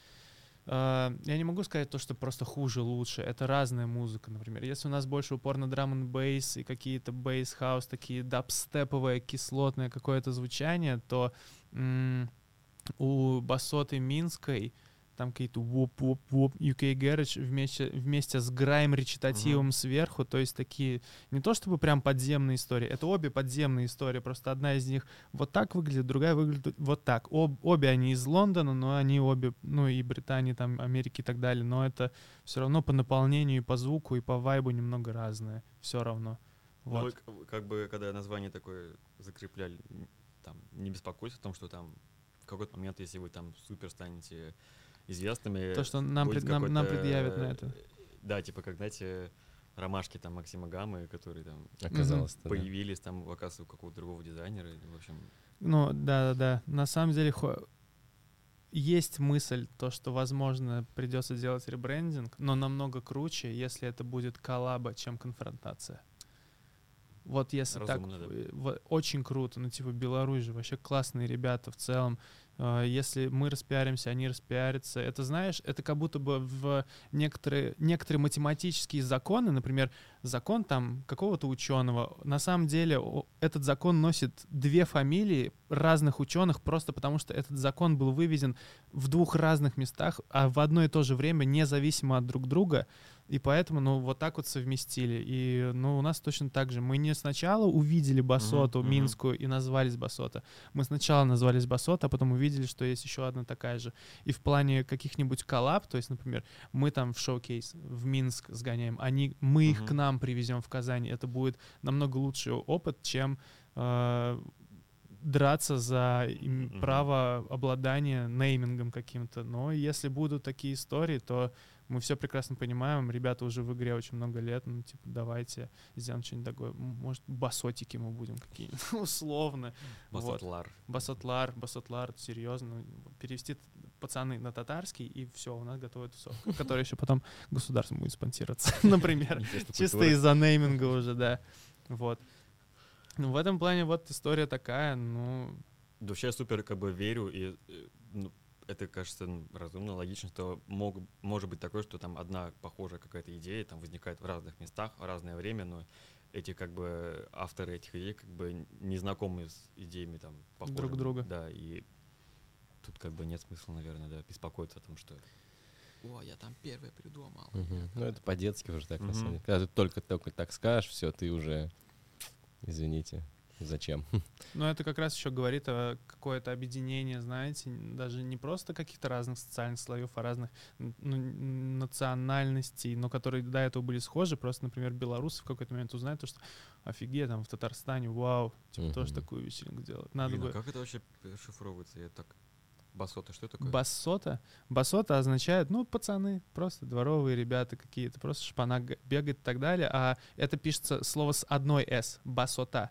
Э, я не могу сказать то, что просто хуже, лучше. Это разная музыка, например. Если у нас больше упор на драм-н-бейс и какие-то бейс-хаус, такие дабстеповое, кислотное какое-то звучание, то м- у басоты Минской там какие-то воп-воп-воп, ю кей Garage вместе, вместе с грайм-речитативом uh-huh. сверху, то есть такие, не то чтобы прям подземные истории, это обе подземные истории, просто одна из них вот так выглядит, другая выглядит вот так. Об, обе они из Лондона, но они обе, ну и Британии, там, Америки и так далее, но это все равно по наполнению и по звуку, и по вайбу немного разное, все равно. Вот. Ну, вы, как бы, когда название такое закрепляли, там не беспокойтесь о том, что там в какой-то момент, если вы там супер станете известными... То, что нам, пред, нам, нам предъявят на это. Да, типа, как, знаете, ромашки там Максима Гаммы, которые там оказалось, mm-hmm. появились, там, оказывается, у какого-то другого дизайнера, в общем... Ну, да-да-да. На самом деле хо... есть мысль, то, что, возможно, придется делать ребрендинг, но намного круче, если это будет коллаба, чем конфронтация. Вот если Разумно, так, да. вот, очень круто, ну, типа, Беларусь же вообще классные ребята в целом. Если мы распиаримся, они распиарятся. Это, знаешь, это как будто бы в некоторые, некоторые математические законы, например, закон там какого-то ученого, на самом деле этот закон носит две фамилии разных ученых, просто потому что этот закон был выведен в двух разных местах, а в одно и то же время независимо от друг друга. И поэтому, ну, вот так вот совместили. И, ну, у нас точно так же. Мы не сначала увидели Басоту uh-huh, минскую uh-huh. и назвались Басота. Мы сначала назвались Басота, а потом увидели, что есть еще одна такая же. И в плане каких-нибудь коллаб, то есть, например, мы там в шоу-кейс в Минск сгоняем, они, мы uh-huh. их к нам привезем в Казань. Это будет намного лучший опыт, чем э, драться за uh-huh. право обладания неймингом каким-то. Но если будут такие истории, то мы все прекрасно понимаем, ребята уже в игре очень много лет, ну, типа, давайте сделаем что-нибудь такое. Может, басотики мы будем какие-нибудь, условно. Басотлар. Вот. Басотлар, басотлар, серьезно. Перевести пацаны на татарский, и все, у нас готовая тусовка, которая еще потом государством будет спонсироваться, например. Чисто из-за нейминга уже, да. Вот. Ну, в этом плане вот история такая, ну... Вообще я супер как бы верю, и это, кажется, разумно, логично, что мог, может быть такое, что там одна похожая какая-то идея там возникает в разных местах, в разное время, но эти как бы авторы этих идей как бы не знакомы с идеями там похожими. Друг друга. Да, и тут как бы нет смысла, наверное, да, беспокоиться о том, что «О, я там первый придумал». Угу. Ну, это по-детски уже так, угу. на самом деле. Когда ты только-только так скажешь, все, ты уже, извините. Зачем? Ну, это как раз еще говорит о какое-то объединение, знаете, даже не просто каких-то разных социальных слоев, а разных ну, национальностей, но которые до этого были схожи. Просто, например, белорусы в какой-то момент узнают, то, что офигеть, там в Татарстане, вау, типа, uh-huh. тоже такую вечеринку делать. Надо Блин, бы... а как это вообще шифровывается? Я так... Басота, что такое? Басота? Басота означает, ну, пацаны, просто дворовые ребята какие-то, просто шпана бегает и так далее. А это пишется слово с одной «с», басота.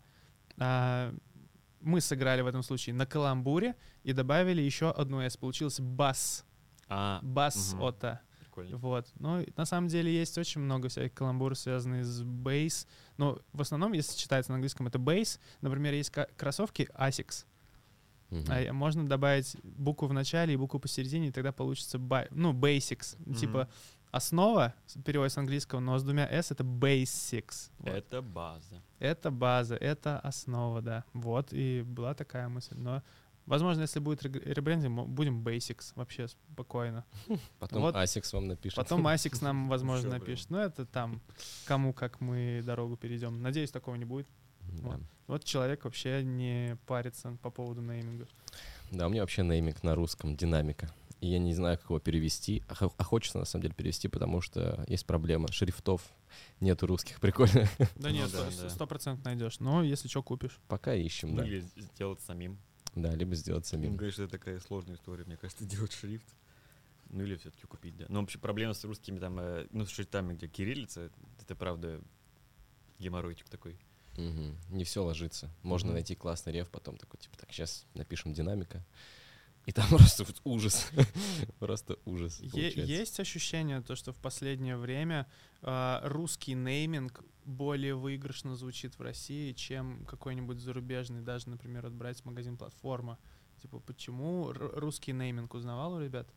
А, мы сыграли в этом случае на каламбуре и добавили еще одну «с». Получилось бас. А, Басота. Угу. Прикольно. Вот. Ну, на самом деле есть очень много всяких каламбуров, связанных с бейс. Но в основном, если читается на английском, это бейс. Например, есть кроссовки Asics. Uh-huh. А можно добавить букву в начале и букву посередине, и тогда получится ba- ну, basics. Uh-huh. Типа основа, перевод с английского, но с двумя S — это basics. Вот. Это база. Это база, это основа, да. Вот, и была такая мысль. Но, возможно, если будет ребрендинг, будем basics вообще спокойно. Потом вот. Asics вам напишет. Потом Asics нам, возможно, напишет. Но это там, кому как мы дорогу перейдем. Надеюсь, такого не будет. Да. Вот. Вот человек вообще не парится по поводу нейминга. Да, у меня вообще нейминг на русском, динамика. И я не знаю, как его перевести. А, а хочется, на самом деле, перевести, потому что есть проблема. Шрифтов нету русских, прикольно. Да нет, сто процентов найдешь. Но если что, купишь. Пока ищем, ну, да. Или сделать самим. Да, либо сделать самим. Ну, конечно, это такая сложная история, мне кажется, делать шрифт. Ну или все-таки купить, да. Но вообще проблема с русскими там, ну, с шрифтами, где кириллица, это правда геморройчик такой. Угу. Не все ложится. Можно mm-hmm. найти классный реф, потом такой, типа, так, сейчас напишем динамика. И там просто ужас. Просто ужас. Е- есть ощущение, то, что в последнее время э, русский нейминг более выигрышно звучит в России, чем какой-нибудь зарубежный, даже, например, отбрать магазин «Платформа». Типа, почему р- русский нейминг узнавал у ребят?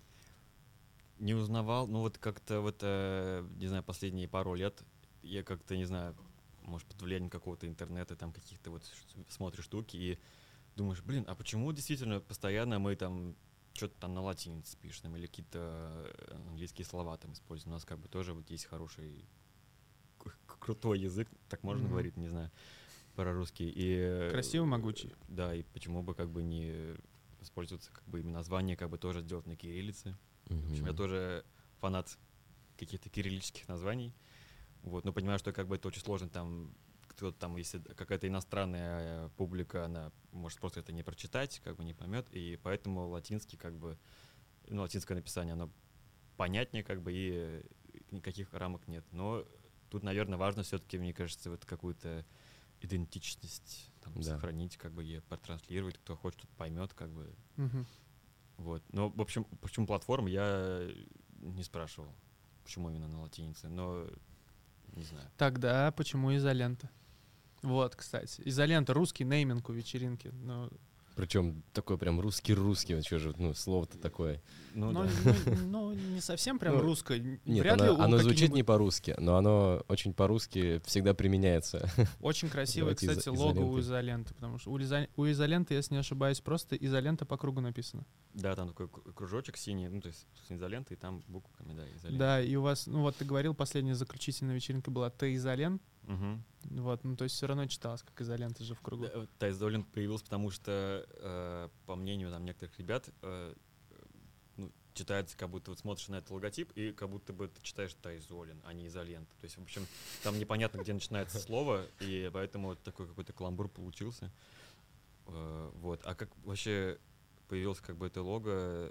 Не узнавал, ну вот как-то вот, э, не знаю, последние пару лет я как-то, не знаю, может, под влиянием какого-то интернета, там каких-то вот смотришь штуки и думаешь, блин, а почему действительно постоянно мы там что-то там на латинице пишем или какие-то английские слова там используем? У нас как бы тоже вот есть хороший, крутой язык, так можно mm-hmm. говорить, не знаю, про русский. И, красивый, могучий. Да, и почему бы как бы не использоваться как бы именно название, как бы тоже сделать на кириллице. Mm-hmm. В общем, я тоже фанат каких-то кириллических названий. Вот, но понимаю, что как бы это очень сложно там кто там, если какая-то иностранная публика, она может просто это не прочитать, как бы не поймет, и поэтому латинский, как бы, ну, латинское написание, оно понятнее, как бы, и никаких рамок нет. Но тут, наверное, важно все-таки, мне кажется, вот какую-то идентичность там, да. сохранить, как бы, и протранслировать, кто хочет, тот поймет, как бы. Угу. Вот. Но, в общем, почему платформа, я не спрашивал, почему именно на латинице, но не знаю. Тогда почему изолента? Вот, кстати. Изолента, русский нейминг у вечеринки. Но... Причем такой прям русский-русский, вот что же, ну, слово-то такое. Ну, Ну, но, да. ну, ну, не совсем прям Ну, русское. Нет, Вряд оно, ли у оно звучит каких-нибудь- не по-русски, но оно очень по-русски всегда применяется. Очень красивое, Давайте кстати, изо- лого у изоленты. изоленты, потому что у, изо- у изоленты, если не ошибаюсь, просто изолента по кругу написано. Да, там такой к- кружочек синий, ну, то есть с изолентой, и там буквами, да, изолента. Да, и у вас, ну вот ты говорил, последняя заключительная вечеринка была Т-изолент. Мгм. Вот, ну то есть все равно читалось, как изолента же в кругу. Да, вот Тайзолин появился, потому что, э, по мнению там некоторых ребят, э, ну, читается, как будто вот смотришь на этот логотип, и как будто бы ты читаешь Тайзолин, а не изолента. То есть, в общем, там непонятно, где начинается слово, и поэтому вот такой какой-то каламбур получился. Э, вот. А как вообще появилось как бы это лого,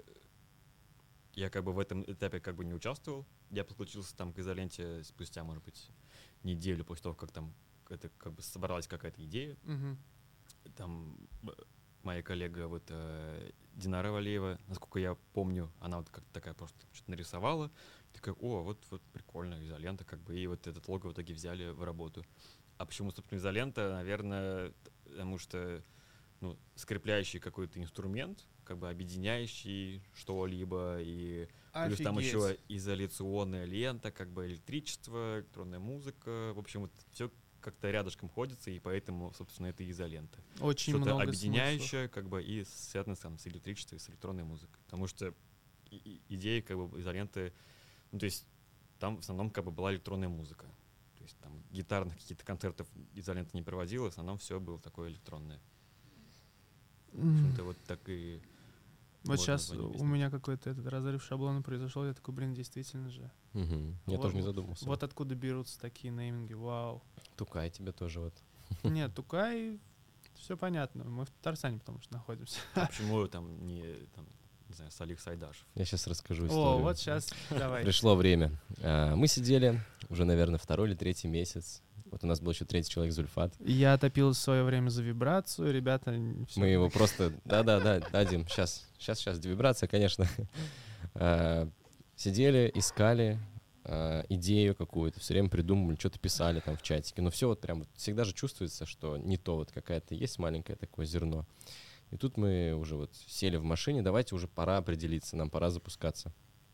я как бы в этом этапе как бы не участвовал. Я подключился там к изоленте спустя, может быть, неделю после того, как там это как бы собралась какая-то идея. Мгм. Там э, моя коллега вот э, Динара Валеева, насколько я помню, она вот как-то такая просто что-то нарисовала, такая, о, вот вот прикольно, изолента, как бы, и вот этот лого в итоге взяли в работу. А почему, собственно, изолента? Наверное, т- потому что, ну, скрепляющий какой-то инструмент, как бы объединяющий что-либо, и плюс там Офигеть. еще изоляционная лента, как бы электричество, электронная музыка, в общем, вот все как-то рядышком ходится, и поэтому, собственно, это изолента. Очень Что-то много объединяющее, как бы, и связано там, с электричеством, и с электронной музыкой. Потому что и- и- идея, как бы, изоленты, ну, то есть там в основном, как бы, была электронная музыка. То есть там гитарных каких-то концертов изолента не проводила, в основном все было такое электронное. В смыслов. общем-то, вот так и... Вот можно сейчас название у объяснить. меня какой-то этот разрыв шаблона произошел, я такой, блин, действительно же. Мгм. Я Вот- тоже не задумался. Вот откуда берутся такие нейминги, вау. Тукай тебе тоже вот. Нет, Тукай, все понятно, мы в Татарстане потому что находимся. А почему там не, там, не знаю, Салих Сайдашев? Я сейчас расскажу О, историю. вот сейчас, давай. Пришло время. А, Мы сидели уже, наверное, второй или третий месяц. Вот у нас был еще третий человек, Зульфат. Я топил в свое время за вибрацию, ребята. всё. Мы его просто... Да-да-да, дадим. Сейчас, сейчас, сейчас, вибрация, конечно. А, Сидели, искали а, идею какую-то, все время придумывали, что-то писали там в чатике. Но все вот прям вот всегда же чувствуется, что не то вот какая-то есть маленькое такое зерно. И тут мы уже вот сели в машине, давайте уже пора определиться, нам пора запускаться.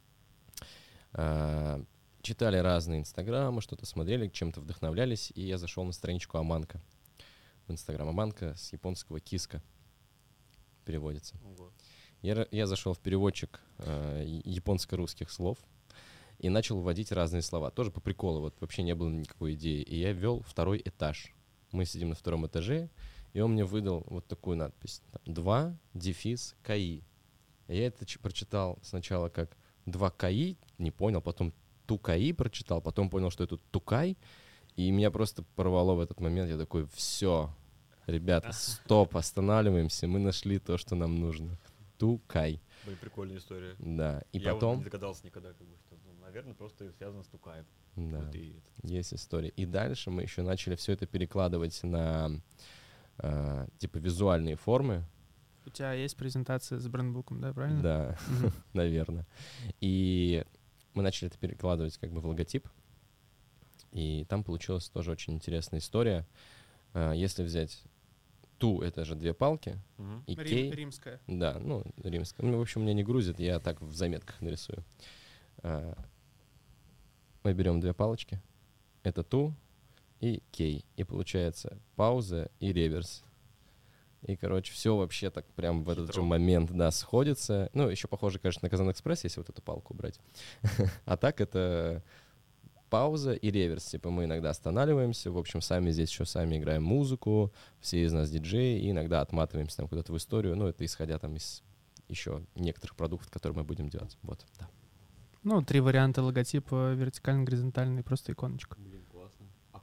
А, Читали разные инстаграмы, что-то смотрели, чем-то вдохновлялись, и я зашел на страничку Аманка в инстаграм. Аманка с японского киска переводится. Я, ра- я зашел в переводчик э, я- японско-русских слов и начал вводить разные слова. Тоже по приколу, вот вообще не было никакой идеи. И я ввел второй этаж. Мы сидим на втором этаже, и он мне выдал вот такую надпись. два, дефис, КАИ. И я это ч- прочитал сначала как два КАИ, не понял, потом Тукаи прочитал, потом понял, что это Тукай, и меня просто порвало в этот момент. Я такой, все, ребята, стоп, останавливаемся, мы нашли то, что нам нужно. Тукай, Блин, прикольная история. да. И Я вот потом, не догадался никогда, как бы, что, ну, наверное, просто связано с Тукаем. да, Вот и это. есть история. И дальше мы еще начали все это перекладывать на а, типа визуальные формы. У тебя есть презентация с брендбуком, да, правильно? Да, Мгм. наверное. И мы начали это перекладывать как бы в логотип. И там получилась тоже очень интересная история. А, Если взять ту, это же две палки, Мгм. и Рим- кей, римская. да, ну, римская. Ну, в общем, мне не грузит, я так в заметках нарисую. А, Мы берем две палочки, это ту и кей. И получается пауза и реверс. И, короче, все вообще так прям в этот же Хитро. момент, да, сходится. Ну, еще похоже, конечно, на Казан-экспресс, если вот эту палку убрать. А так это пауза и реверс. Типа мы иногда останавливаемся, в общем, сами здесь еще сами играем музыку, все из нас диджеи, и иногда отматываемся там куда-то в историю. Ну, это исходя там из еще некоторых продуктов, которые мы будем делать. Вот, да. Ну, три варианта логотипа: вертикальный, горизонтальный, просто иконочка. Блин, классно. А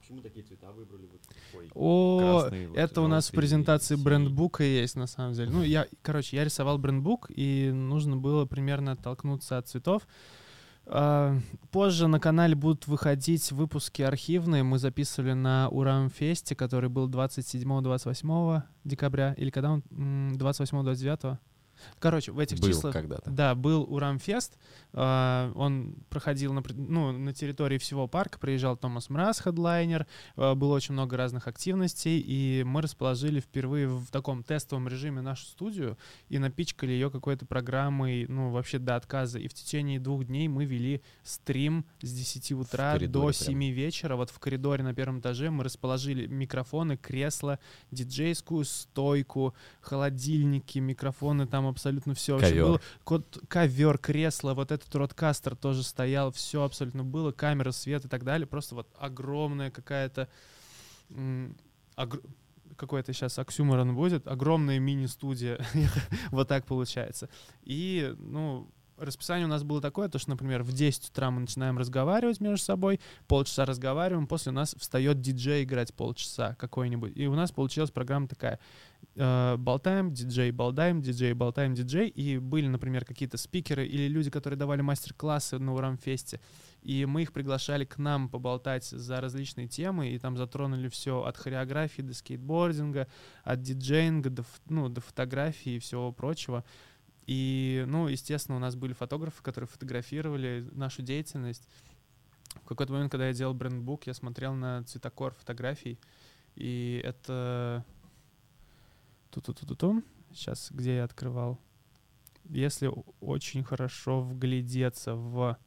Почему такие цвета выбрали? Вот такой О, красный, вот это у нас в желтый, презентации синий. брендбука есть, на самом деле. Ну, я, короче, я рисовал брендбук, и нужно было примерно оттолкнуться от цветов. А, позже на канале будут выходить выпуски архивные. Мы записывали на Урамфесте, который был двадцать седьмого — двадцать восьмого декабря. Или когда он? двадцать восьмого — двадцать девятого. Короче, в этих Был числах... когда-то. Да, был Урамфест. Uh, он проходил на, ну, на территории всего парка. Приезжал Томас Мраз, хедлайнер. Uh, было очень много разных активностей. И мы расположили впервые в таком тестовом режиме нашу студию и напичкали ее какой-то программой, ну, вообще до отказа. И в течение двух дней мы вели стрим с десяти утра до семи вечера. Вот в коридоре на первом этаже мы расположили микрофоны, кресла, диджейскую стойку, холодильники, микрофоны, там абсолютно все. Ковер. Было. Ковер, кресло, вот этот родкастер тоже стоял, все абсолютно было, камера, свет и так далее. Просто вот огромная какая-то... Ог... Какой-то сейчас оксюморон будет. Огромная мини-студия. Вот так получается. И, ну... Расписание у нас было такое, то что, например, в десять утра мы начинаем разговаривать между собой, полчаса разговариваем, после у нас встает диджей играть полчаса какой-нибудь. И у нас получилась программа такая. Э, болтаем, диджей, болтаем, диджей, болтаем, диджей. И были, например, какие-то спикеры или люди, которые давали мастер-классы на Урамфесте. И мы их приглашали к нам поболтать за различные темы, и там затронули все от хореографии до скейтбординга, от диджеинга до, ну, до фотографии и всего прочего. И, ну, естественно, у нас были фотографы, которые фотографировали нашу деятельность. В какой-то момент, когда я делал брендбук, я смотрел на цветокор фотографий, и это... Ту-ту-ту-ту-ту. Сейчас, где я открывал? Если очень хорошо вглядеться в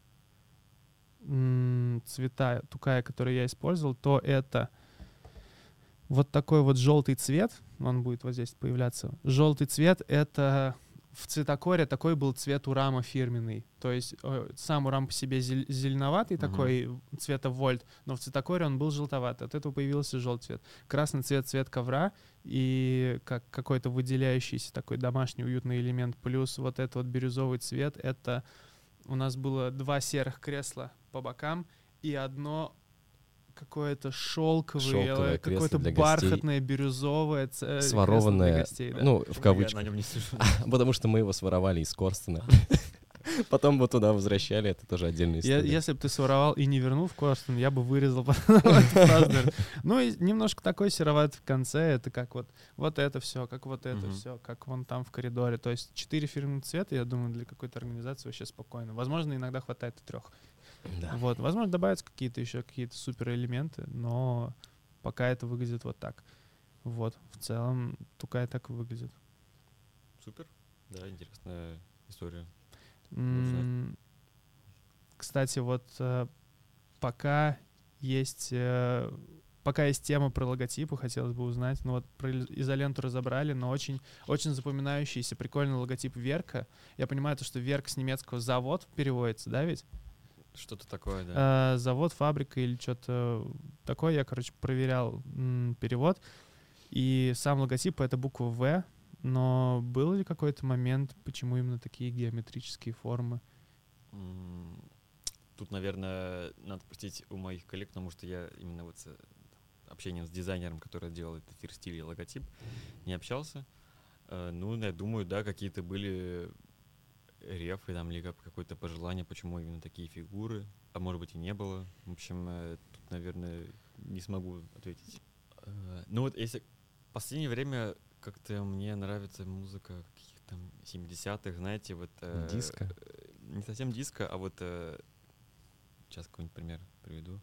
м- цвета Тукая, которые я использовал, то это вот такой вот желтый цвет, он будет вот здесь появляться. Желтый цвет — это... В цветокоре такой был цвет Урама фирменный. То есть э, сам Урам по себе зель- зеленоватый, uh-huh. такой цвета вольт, но в цветокоре он был желтоватый. От этого появился желтый цвет. Красный цвет — цвет ковра, и как какой-то выделяющийся такой домашний уютный элемент. Плюс вот этот вот бирюзовый цвет — это у нас было два серых кресла по бокам и одно какое-то шелковое, шелковое какое-то бархатное, гостей. Бирюзовое ц... Сворованное, гостей, да. ну, в кавычках. Я на нем не сижу. Потому что мы его своровали из Корстена. Потом мы туда возвращали, это тоже отдельная история. Если бы ты своровал и не вернул в Корстен, я бы вырезал эту фразу. Ну и немножко такой сероват в конце, это как вот вот это все, как вот это все, как вон там в коридоре. То есть четыре фирменных цвета, я думаю, для какой-то организации вообще спокойно. Возможно, иногда хватает и трех. Да. Вот, возможно, добавятся какие-то еще какие-то суперэлементы, но пока это выглядит вот так. Вот, в целом, Тукай так и выглядит. Супер, да, интересная история. М- Кстати, вот э, пока есть э, пока есть тема про логотипы, хотелось бы узнать. Ну вот про изоленту разобрали, но очень, очень запоминающийся, прикольный логотип Верка. Я понимаю, то, что Верк с немецкого завод переводится, да ведь? Что-то такое, да. Э, завод, фабрика или что-то такое. Я, короче, проверял м, перевод. И сам логотип — это буква «В». Но был ли какой-то момент, почему именно такие геометрические формы? Тут, наверное, надо спросить у моих коллег, потому что я именно вот с общением с дизайнером, который делал этот эфир стиль и логотип, не общался. Ну, я думаю, да, какие-то были... рефы там, либо какое-то пожелание, почему именно такие фигуры, а может быть и не было. В общем, тут, наверное, не смогу ответить. Ну вот если в последнее время как-то мне нравится музыка каких-то там семидесятых, знаете, вот... Диско? Не совсем диско, а вот... Сейчас какой-нибудь пример приведу.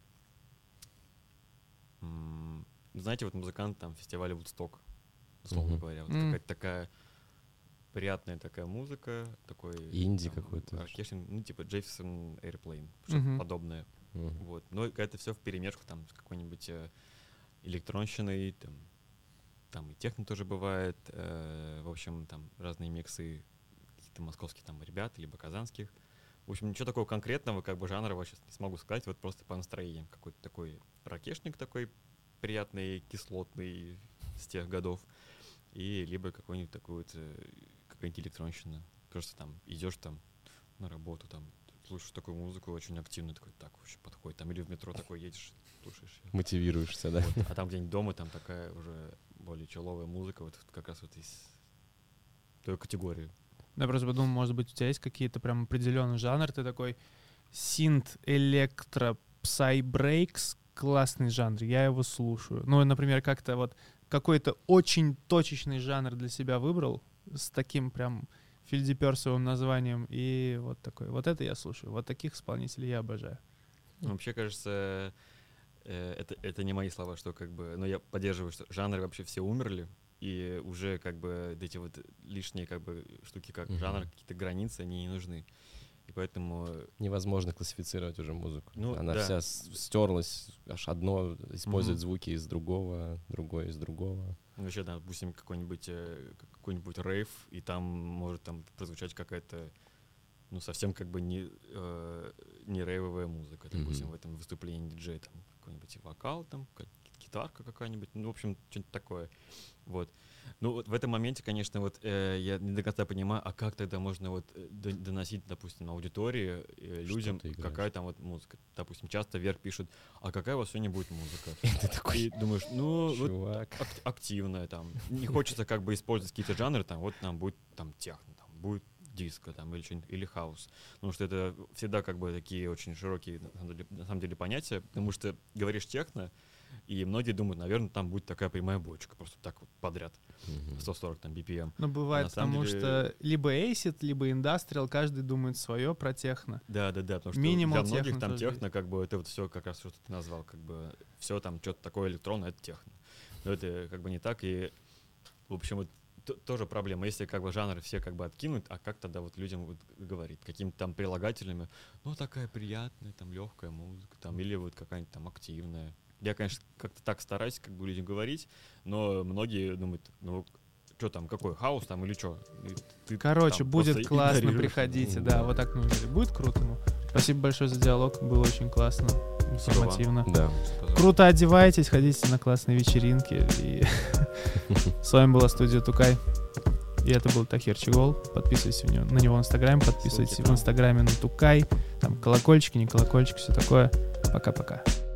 Знаете, вот музыкант там фестиваля Вудсток, условно mm-hmm. говоря, вот mm-hmm. какая-то такая... приятная такая музыка, такой... Инди какой-то. Оркестр, ну, типа Jefferson Airplane, что-то uh-huh. подобное. Uh-huh. Вот. Но это все вперемешку там с какой-нибудь э, электронщиной, там, там и техно тоже бывает. Э, в общем, там разные миксы каких-то московских там ребят, либо казанских. В общем, ничего такого конкретного, как бы жанрового сейчас не смогу сказать, вот просто по настроениям. Какой-то такой ракешник такой приятный, кислотный с тех годов. И либо какой-нибудь такой вот... какая-нибудь электронщина. Просто там идешь там на работу, там слушаешь такую музыку очень активно, такой, так вообще подходит. Там или в метро такой едешь, слушаешь. Мотивируешься, да. Вот. А там где-нибудь дома там такая уже более человая музыка, вот как раз вот из той категории. Я просто подумал, может быть, у тебя есть какие-то прям определенный жанр, ты такой синт, электро, псай-брейкс, классный жанр, я его слушаю. Ну, например, как-то вот какой-то очень точечный жанр для себя выбрал с таким прям фельдеперсовым названием, и вот такой. Вот это я слушаю. Вот таких исполнителей я обожаю. Ну, вообще, кажется, э, это, это не мои слова, что как бы... Но я поддерживаю, что жанры вообще все умерли, и уже как бы эти вот лишние как бы штуки, как Мгм. жанр, какие-то границы, они не нужны. И поэтому... Невозможно классифицировать уже музыку. Ну, Она да. вся с- стерлась, аж одно использует Мгм. звуки из другого, другое из другого. Ну, вообще, да, допустим, какой-нибудь, э, какой-нибудь рейв, и там может там прозвучать какая-то, ну, совсем как бы не, э, не рейвовая музыка. Допустим, Мгм. в этом выступлении диджея там какой-нибудь вокал, там ка- гитарка какая-нибудь, ну, в общем, что-нибудь такое. Вот. Ну, вот в этом моменте, конечно, вот э, я не до конца понимаю, а как тогда можно вот э, д- доносить, допустим, аудитории, э, Что людям, ты играешь? какая там вот музыка. Допустим, часто вверх пишут, а какая у вас сегодня будет музыка? Ты такой, И думаешь, ну, вот чувак. ак- активная там. Не хочется как бы использовать какие-то жанры, там, вот там будет там техно, там будет диско, там, или что-нибудь, или хаус. Потому что это всегда как бы такие очень широкие, на самом деле, на самом деле понятия, потому что говоришь техно, и многие думают, наверное, там будет такая прямая бочка, просто так вот подряд, Мгм. сто сорок там би пи эм. Ну, бывает, На самом потому деле- что либо acid, либо индастриал, каждый думает свое про техно. Да, да, да, потому что Minimal для многих техно там тоже техно, как бы это вот все как раз, что ты назвал, как бы все там что-то такое электронное, это техно. Но это как бы не так, и в общем вот т- тоже проблема, если как бы жанры все как бы откинуть, а как тогда вот людям вот говорить, какими-то там прилагательными, ну такая приятная, там легкая музыка, там или вот какая-нибудь там активная. Я, конечно, как-то так стараюсь как бы людям говорить, но многие думают, ну что там, какой хаус там или что? Короче, будет классно, приходите. Да, вот так мы говорили. Будет круто. Ну. Спасибо большое за диалог, было очень классно, информативно. Да. Круто одевайтесь, ходите на классные вечеринки. И с вами была студия Тукай. И это был Тахир Чигол. Подписывайтесь в него- на него в Инстаграме, подписывайтесь Ссылки в там. Инстаграме на Тукай. Там колокольчики, не колокольчики, все такое. Пока-пока.